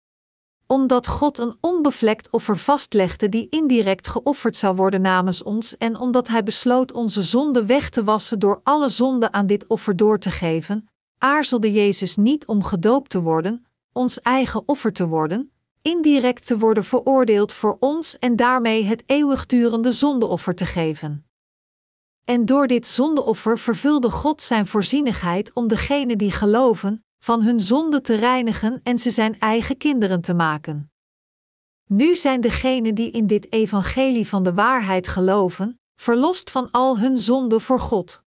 Omdat God een onbevlekt offer vastlegde die indirect geofferd zou worden namens ons en omdat Hij besloot onze zonden weg te wassen door alle zonden aan dit offer door te geven, aarzelde Jezus niet om gedoopt te worden, ons eigen offer te worden, indirect te worden veroordeeld voor ons en daarmee het eeuwigdurende zondeoffer te geven. En door dit zondeoffer vervulde God zijn voorzienigheid om degenen die geloven, van hun zonde te reinigen en ze zijn eigen kinderen te maken. Nu zijn degenen die in dit evangelie van de waarheid geloven, verlost van al hun zonden voor God.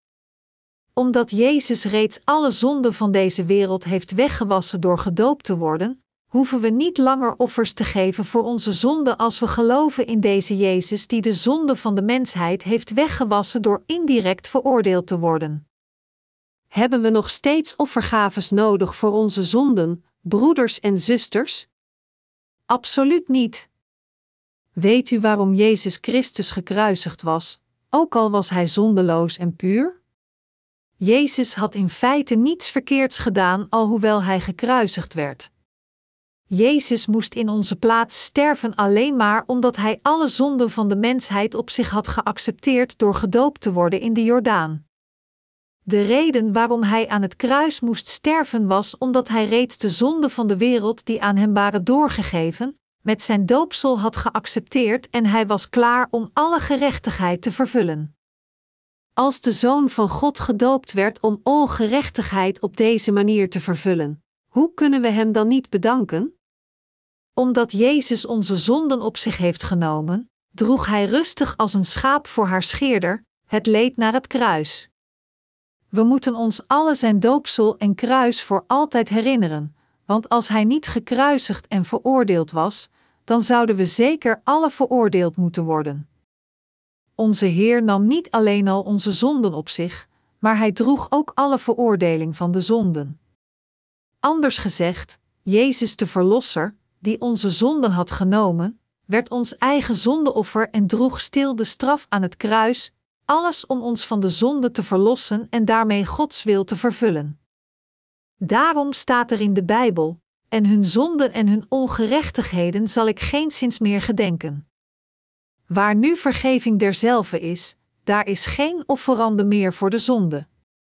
Omdat Jezus reeds alle zonden van deze wereld heeft weggewassen door gedoopt te worden, hoeven we niet langer offers te geven voor onze zonden als we geloven in deze Jezus die de zonde van de mensheid heeft weggewassen door indirect veroordeeld te worden. Hebben we nog steeds offergaves nodig voor onze zonden, broeders en zusters? Absoluut niet. Weet u waarom Jezus Christus gekruisigd was, ook al was Hij zondeloos en puur? Jezus had in feite niets verkeerds gedaan, alhoewel hij gekruisigd werd. Jezus moest in onze plaats sterven alleen maar omdat hij alle zonden van de mensheid op zich had geaccepteerd door gedoopt te worden in de Jordaan. De reden waarom hij aan het kruis moest sterven was omdat hij reeds de zonden van de wereld die aan hem waren doorgegeven, met zijn doopsel had geaccepteerd en hij was klaar om alle gerechtigheid te vervullen. Als de Zoon van God gedoopt werd om al gerechtigheid op deze manier te vervullen, hoe kunnen we hem dan niet bedanken? Omdat Jezus onze zonden op zich heeft genomen, droeg hij rustig als een schaap voor haar scheerder het leed naar het kruis. We moeten ons alle zijn doopsel en kruis voor altijd herinneren, want als hij niet gekruisigd en veroordeeld was, dan zouden we zeker alle veroordeeld moeten worden. Onze Heer nam niet alleen al onze zonden op zich, maar hij droeg ook alle veroordeling van de zonden. Anders gezegd, Jezus de Verlosser, die onze zonden had genomen, werd ons eigen zondeoffer en droeg stil de straf aan het kruis, alles om ons van de zonde te verlossen en daarmee Gods wil te vervullen. Daarom staat er in de Bijbel: en hun zonden en hun ongerechtigheden zal ik geenszins meer gedenken. Waar nu vergeving derzelve is, daar is geen offerande meer voor de zonde.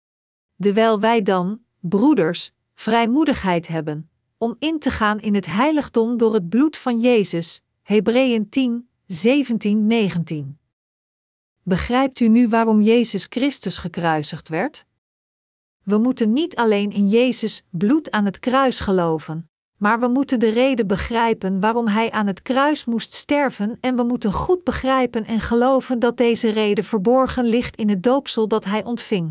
Dewijl wij dan, broeders, vrijmoedigheid hebben, om in te gaan in het heiligdom door het bloed van Jezus, Hebreeën tien, zeventien, negentien. Begrijpt u nu waarom Jezus Christus gekruisigd werd? We moeten niet alleen in Jezus' bloed aan het kruis geloven, maar we moeten de reden begrijpen waarom hij aan het kruis moest sterven en we moeten goed begrijpen en geloven dat deze reden verborgen ligt in het doopsel dat hij ontving.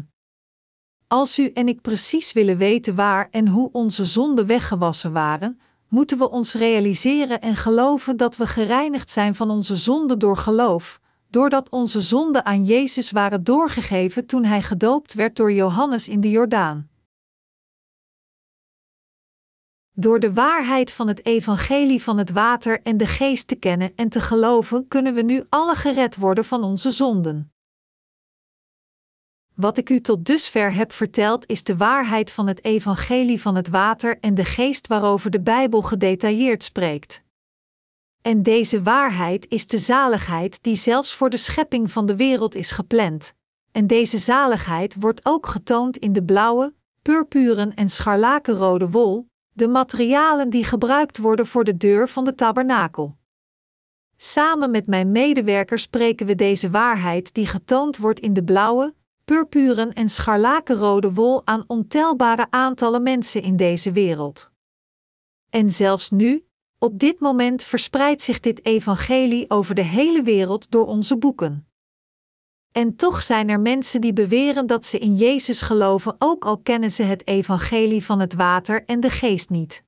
Als u en ik precies willen weten waar en hoe onze zonden weggewassen waren, moeten we ons realiseren en geloven dat we gereinigd zijn van onze zonden door geloof, doordat onze zonden aan Jezus waren doorgegeven toen hij gedoopt werd door Johannes in de Jordaan. Door de waarheid van het evangelie van het water en de geest te kennen en te geloven, kunnen we nu alle gered worden van onze zonden. Wat ik u tot dusver heb verteld is de waarheid van het evangelie van het water en de geest waarover de Bijbel gedetailleerd spreekt. En deze waarheid is de zaligheid die zelfs voor de schepping van de wereld is gepland. En deze zaligheid wordt ook getoond in de blauwe, purpuren en scharlakenrode wol, de materialen die gebruikt worden voor de deur van de tabernakel. Samen met mijn medewerkers spreken we deze waarheid die getoond wordt in de blauwe, purpuren en scharlakenrode wol aan ontelbare aantallen mensen in deze wereld. En zelfs nu, op dit moment verspreidt zich dit evangelie over de hele wereld door onze boeken. En toch zijn er mensen die beweren dat ze in Jezus geloven, ook al kennen ze het evangelie van het water en de geest niet.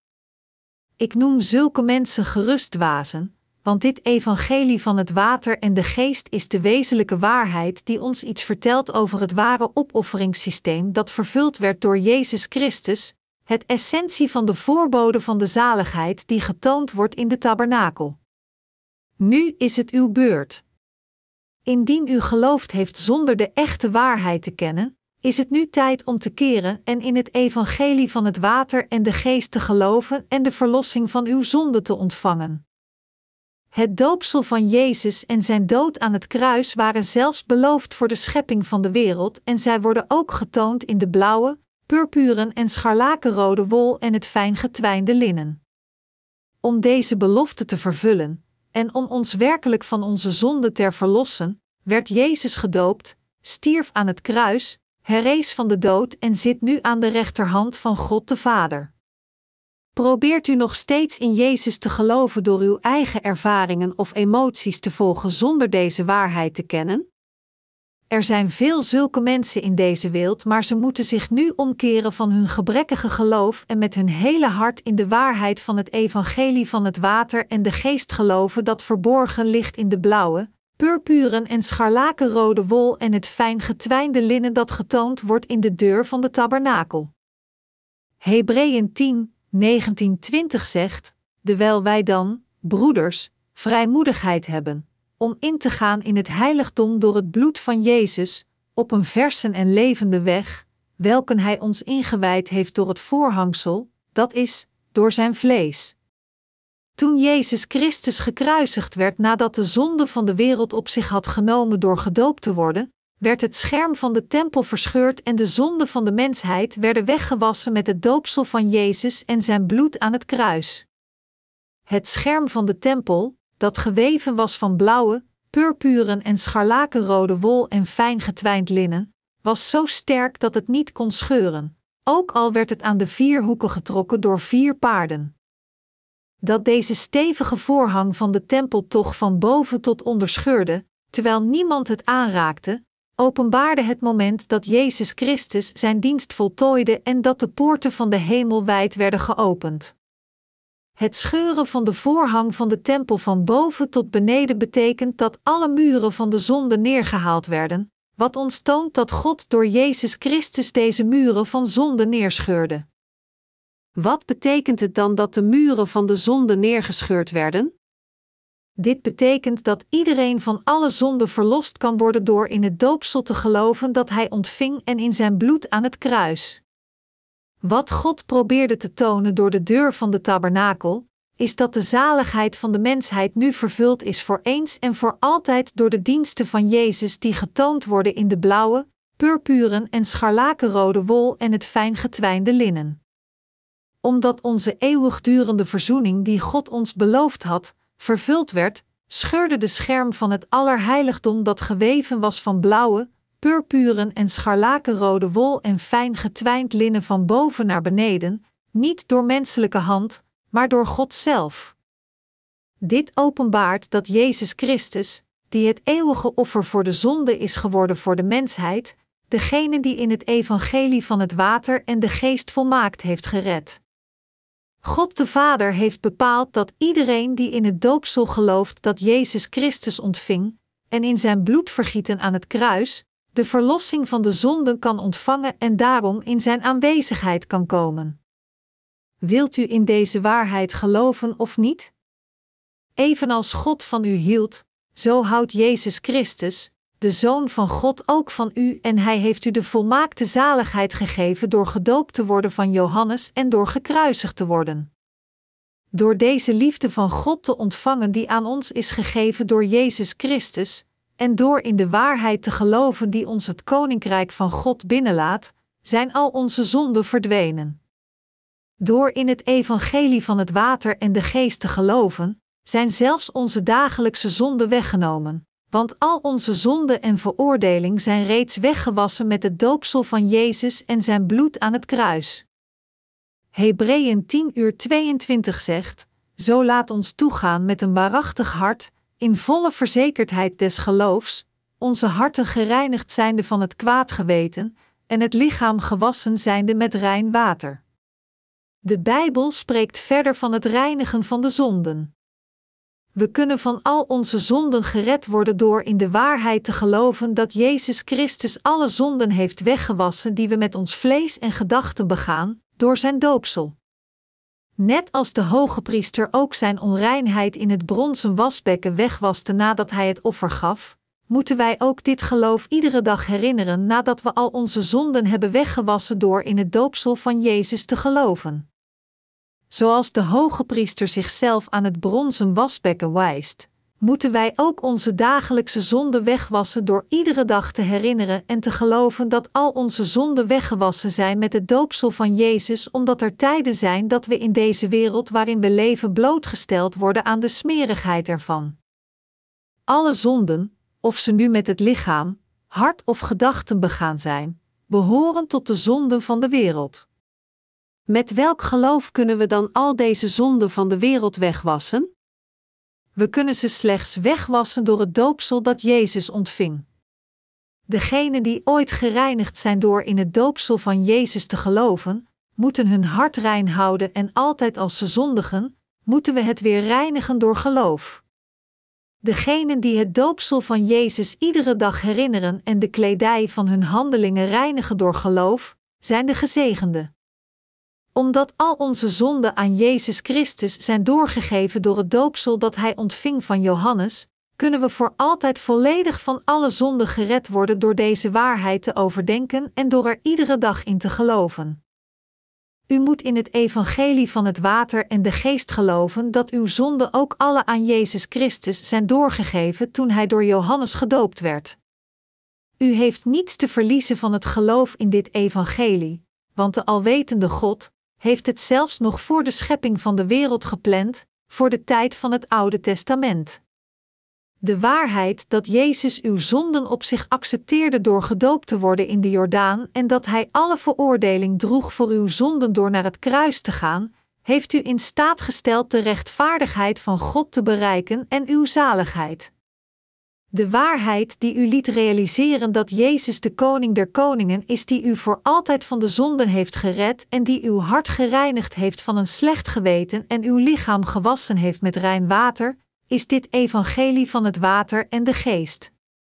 Ik noem zulke mensen gerust dwazen, want dit evangelie van het water en de geest is de wezenlijke waarheid die ons iets vertelt over het ware opofferingssysteem dat vervuld werd door Jezus Christus, het essentie van de voorbode van de zaligheid die getoond wordt in de tabernakel. Nu is het uw beurt. Indien u geloofd heeft zonder de echte waarheid te kennen, is het nu tijd om te keren en in het evangelie van het water en de geest te geloven en de verlossing van uw zonde te ontvangen. Het doopsel van Jezus en zijn dood aan het kruis waren zelfs beloofd voor de schepping van de wereld en zij worden ook getoond in de blauwe, purpuren en scharlakenrode wol en het fijn getwijnde linnen. Om deze belofte te vervullen, en om ons werkelijk van onze zonde ter verlossen, werd Jezus gedoopt, stierf aan het kruis, herrees van de dood en zit nu aan de rechterhand van God de Vader. Probeert u nog steeds in Jezus te geloven door uw eigen ervaringen of emoties te volgen zonder deze waarheid te kennen? Er zijn veel zulke mensen in deze wereld, maar ze moeten zich nu omkeren van hun gebrekkige geloof en met hun hele hart in de waarheid van het evangelie van het water en de geest geloven dat verborgen ligt in de blauwe, purpuren en scharlakenrode wol en het fijn getwijnde linnen dat getoond wordt in de deur van de tabernakel. Hebreeën tien, negentien, twintig zegt: dewijl wij dan, broeders, vrijmoedigheid hebben, om in te gaan in het heiligdom door het bloed van Jezus, op een versen en levende weg, welken Hij ons ingewijd heeft door het voorhangsel, dat is, door zijn vlees. Toen Jezus Christus gekruisigd werd nadat de zonde van de wereld op zich had genomen door gedoopt te worden, werd het scherm van de tempel verscheurd en de zonden van de mensheid werden weggewassen met het doopsel van Jezus en zijn bloed aan het kruis. Het scherm van de tempel, dat geweven was van blauwe, purpuren en scharlakenrode wol en fijn getwijnd linnen, was zo sterk dat het niet kon scheuren, ook al werd het aan de vier hoeken getrokken door vier paarden. Dat deze stevige voorhang van de tempel toch van boven tot onder scheurde, terwijl niemand het aanraakte, openbaarde het moment dat Jezus Christus zijn dienst voltooide en dat de poorten van de hemel wijd werden geopend. Het scheuren van de voorhang van de tempel van boven tot beneden betekent dat alle muren van de zonde neergehaald werden, wat ons toont dat God door Jezus Christus deze muren van zonde neerscheurde. Wat betekent het dan dat de muren van de zonde neergescheurd werden? Dit betekent dat iedereen van alle zonde verlost kan worden door in het doopsel te geloven dat hij ontving en in zijn bloed aan het kruis. Wat God probeerde te tonen door de deur van de tabernakel, is dat de zaligheid van de mensheid nu vervuld is voor eens en voor altijd door de diensten van Jezus die getoond worden in de blauwe, purpuren en scharlakenrode wol en het fijn getwijnde linnen. Omdat onze eeuwigdurende verzoening die God ons beloofd had, vervuld werd, scheurde de scherm van het allerheiligdom dat geweven was van blauwe, purpuren en scharlakenrode wol en fijn getwijnd linnen van boven naar beneden, niet door menselijke hand, maar door God zelf. Dit openbaart dat Jezus Christus, die het eeuwige offer voor de zonde is geworden voor de mensheid, degene die in het evangelie van het water en de geest volmaakt heeft gered. God de Vader heeft bepaald dat iedereen die in het doopsel gelooft dat Jezus Christus ontving, en in zijn bloed vergieten aan het kruis, de verlossing van de zonden kan ontvangen en daarom in zijn aanwezigheid kan komen. Wilt u in deze waarheid geloven of niet? Evenals God van u hield, zo houdt Jezus Christus, de Zoon van God, ook van u en hij heeft u de volmaakte zaligheid gegeven door gedoopt te worden van Johannes en door gekruisigd te worden. Door deze liefde van God te ontvangen die aan ons is gegeven door Jezus Christus, en door in de waarheid te geloven die ons het Koninkrijk van God binnenlaat, zijn al onze zonden verdwenen. Door in het evangelie van het water en de geest te geloven, zijn zelfs onze dagelijkse zonden weggenomen, want al onze zonde en veroordeling zijn reeds weggewassen met het doopsel van Jezus en zijn bloed aan het kruis. Hebreeën tien uur tweeëntwintig zegt, zo laat ons toegaan met een waarachtig hart, in volle verzekerdheid des geloofs, onze harten gereinigd zijnde van het kwaad geweten, en het lichaam gewassen zijnde met rein water. De Bijbel spreekt verder van het reinigen van de zonden. We kunnen van al onze zonden gered worden door in de waarheid te geloven dat Jezus Christus alle zonden heeft weggewassen die we met ons vlees en gedachten begaan, door zijn doopsel. Net als de hogepriester ook zijn onreinheid in het bronzen wasbekken wegwaste nadat hij het offer gaf, moeten wij ook dit geloof iedere dag herinneren nadat we al onze zonden hebben weggewassen door in het doopsel van Jezus te geloven. Zoals de hogepriester zichzelf aan het bronzen wasbekken wijst, moeten wij ook onze dagelijkse zonden wegwassen door iedere dag te herinneren en te geloven dat al onze zonden weggewassen zijn met het doopsel van Jezus, omdat er tijden zijn dat we in deze wereld waarin we leven blootgesteld worden aan de smerigheid ervan. Alle zonden, of ze nu met het lichaam, hart of gedachten begaan zijn, behoren tot de zonden van de wereld. Met welk geloof kunnen we dan al deze zonden van de wereld wegwassen? We kunnen ze slechts wegwassen door het doopsel dat Jezus ontving. Degenen die ooit gereinigd zijn door in het doopsel van Jezus te geloven, moeten hun hart rein houden en altijd als ze zondigen, moeten we het weer reinigen door geloof. Degenen die het doopsel van Jezus iedere dag herinneren en de kledij van hun handelingen reinigen door geloof, zijn de gezegenden. Omdat al onze zonden aan Jezus Christus zijn doorgegeven door het doopsel dat hij ontving van Johannes, kunnen we voor altijd volledig van alle zonde gered worden door deze waarheid te overdenken en door er iedere dag in te geloven. U moet in het evangelie van het water en de geest geloven dat uw zonden ook alle aan Jezus Christus zijn doorgegeven toen hij door Johannes gedoopt werd. U heeft niets te verliezen van het geloof in dit evangelie, want de alwetende God heeft het zelfs nog voor de schepping van de wereld gepland, voor de tijd van het Oude Testament. De waarheid dat Jezus uw zonden op zich accepteerde door gedoopt te worden in de Jordaan en dat Hij alle veroordeling droeg voor uw zonden door naar het kruis te gaan, heeft u in staat gesteld de rechtvaardigheid van God te bereiken en uw zaligheid. De waarheid die u liet realiseren dat Jezus de Koning der Koningen is die u voor altijd van de zonden heeft gered en die uw hart gereinigd heeft van een slecht geweten en uw lichaam gewassen heeft met rein water, is dit evangelie van het water en de geest.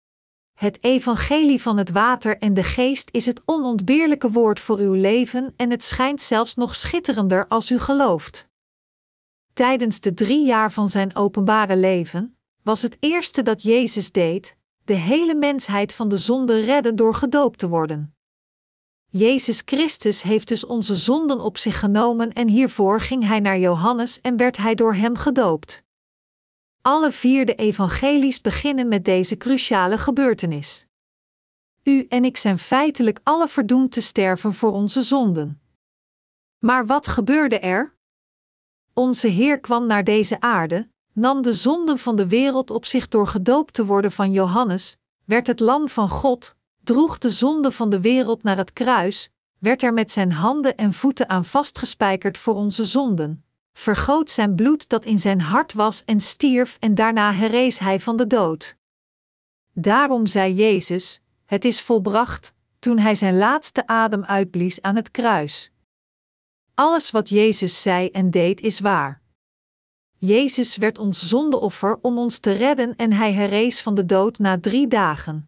Het evangelie van het water en de geest is het onontbeerlijke woord voor uw leven en het schijnt zelfs nog schitterender als u gelooft. Tijdens de drie jaar van zijn openbare leven was het eerste dat Jezus deed, de hele mensheid van de zonde redden door gedoopt te worden. Jezus Christus heeft dus onze zonden op zich genomen en hiervoor ging hij naar Johannes en werd hij door hem gedoopt. Alle vier de evangelies beginnen met deze cruciale gebeurtenis. U en ik zijn feitelijk alle verdoemd te sterven voor onze zonden. Maar wat gebeurde er? Onze Heer kwam naar deze aarde, nam de zonden van de wereld op zich door gedoopt te worden van Johannes, werd het lam van God, droeg de zonde van de wereld naar het kruis, werd er met zijn handen en voeten aan vastgespijkerd voor onze zonden, vergoot zijn bloed dat in zijn hart was en stierf en daarna herrees hij van de dood. Daarom zei Jezus, het is volbracht, toen hij zijn laatste adem uitblies aan het kruis. Alles wat Jezus zei en deed is waar. Jezus werd ons zondeoffer om ons te redden en hij herrees van de dood na drie dagen.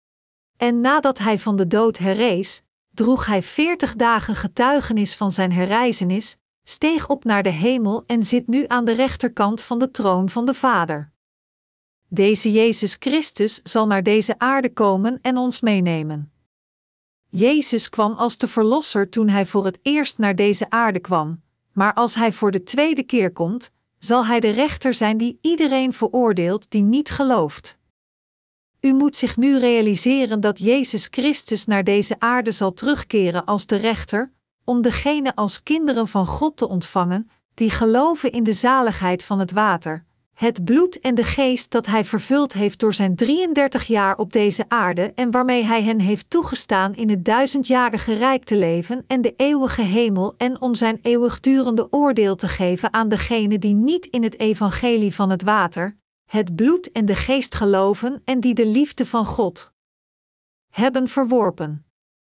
En nadat hij van de dood herrees, droeg hij veertig dagen getuigenis van zijn herrijzenis, steeg op naar de hemel en zit nu aan de rechterkant van de troon van de Vader. Deze Jezus Christus zal naar deze aarde komen en ons meenemen. Jezus kwam als de Verlosser toen hij voor het eerst naar deze aarde kwam, maar als hij voor de tweede keer komt, zal hij de rechter zijn die iedereen veroordeelt die niet gelooft. U moet zich nu realiseren dat Jezus Christus naar deze aarde zal terugkeren als de rechter, om degenen als kinderen van God te ontvangen, die geloven in de zaligheid van het water, het bloed en de geest dat hij vervuld heeft door zijn drieëndertig jaar op deze aarde en waarmee hij hen heeft toegestaan in het duizendjarige rijk te leven en de eeuwige hemel en om zijn eeuwigdurende oordeel te geven aan degenen die niet in het evangelie van het water, het bloed en de geest geloven en die de liefde van God hebben verworpen.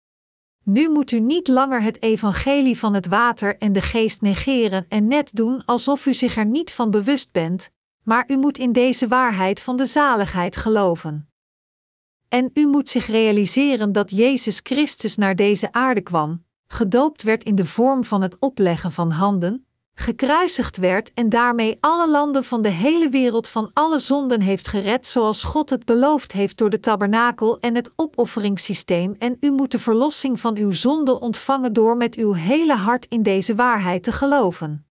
Nu moet u niet langer het evangelie van het water en de geest negeren en net doen alsof u zich er niet van bewust bent, maar u moet in deze waarheid van de zaligheid geloven. En u moet zich realiseren dat Jezus Christus naar deze aarde kwam, gedoopt werd in de vorm van het opleggen van handen, gekruisigd werd en daarmee alle landen van de hele wereld van alle zonden heeft gered zoals God het beloofd heeft door de tabernakel en het opofferingssysteem en u moet de verlossing van uw zonde ontvangen door met uw hele hart in deze waarheid te geloven.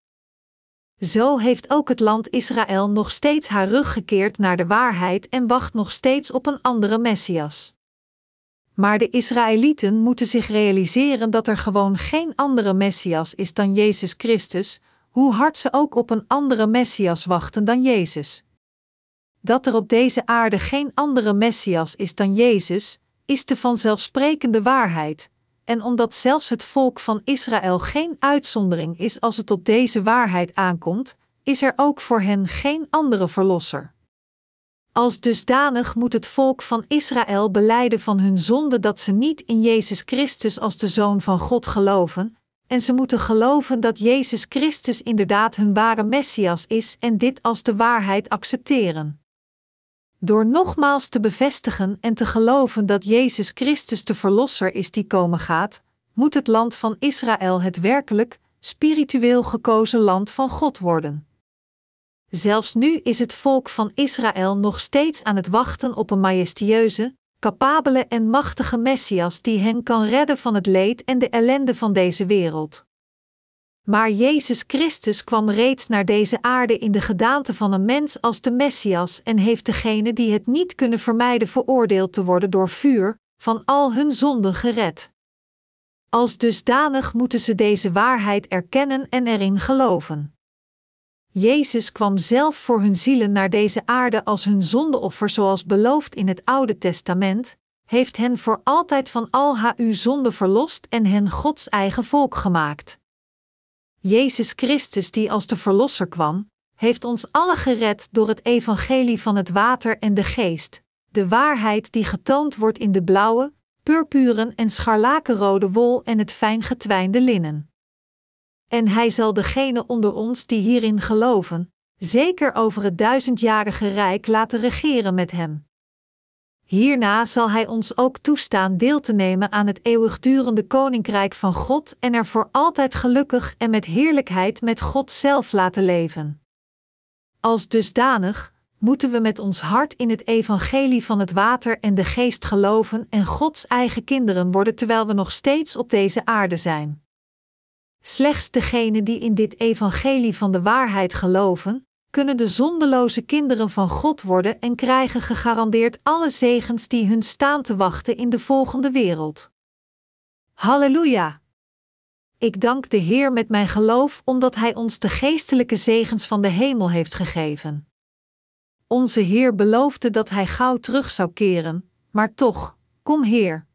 Zo heeft ook het land Israël nog steeds haar rug gekeerd naar de waarheid en wacht nog steeds op een andere Messias. Maar de Israëlieten moeten zich realiseren dat er gewoon geen andere Messias is dan Jezus Christus, hoe hard ze ook op een andere Messias wachten dan Jezus. Dat er op deze aarde geen andere Messias is dan Jezus, is de vanzelfsprekende waarheid, en omdat zelfs het volk van Israël geen uitzondering is als het op deze waarheid aankomt, is er ook voor hen geen andere verlosser. Als dusdanig moet het volk van Israël belijden van hun zonde dat ze niet in Jezus Christus als de Zoon van God geloven, en ze moeten geloven dat Jezus Christus inderdaad hun ware Messias is en dit als de waarheid accepteren. Door nogmaals te bevestigen en te geloven dat Jezus Christus de Verlosser is die komen gaat, moet het land van Israël het werkelijk, spiritueel gekozen land van God worden. Zelfs nu is het volk van Israël nog steeds aan het wachten op een majestueuze, capabele en machtige Messias die hen kan redden van het leed en de ellende van deze wereld. Maar Jezus Christus kwam reeds naar deze aarde in de gedaante van een mens als de Messias en heeft degenen die het niet kunnen vermijden veroordeeld te worden door vuur, van al hun zonden gered. Als dusdanig moeten ze deze waarheid erkennen en erin geloven. Jezus kwam zelf voor hun zielen naar deze aarde als hun zondeoffer zoals beloofd in het Oude Testament, heeft hen voor altijd van al hun zonden verlost en hen Gods eigen volk gemaakt. Jezus Christus die als de Verlosser kwam, heeft ons allen gered door het evangelie van het water en de geest, de waarheid die getoond wordt in de blauwe, purpuren en scharlakenrode wol en het fijn getwijnde linnen. En hij zal degenen onder ons die hierin geloven, zeker over het duizendjarige rijk laten regeren met hem. Hierna zal hij ons ook toestaan deel te nemen aan het eeuwigdurende koninkrijk van God en er voor altijd gelukkig en met heerlijkheid met God zelf laten leven. Als dusdanig moeten we met ons hart in het evangelie van het water en de geest geloven en Gods eigen kinderen worden terwijl we nog steeds op deze aarde zijn. Slechts degenen die in dit evangelie van de waarheid geloven, kunnen de zondeloze kinderen van God worden en krijgen gegarandeerd alle zegens die hun staan te wachten in de volgende wereld. Halleluja! Ik dank de Heer met mijn geloof omdat Hij ons de geestelijke zegens van de hemel heeft gegeven. Onze Heer beloofde dat Hij gauw terug zou keren, maar toch, kom Heer,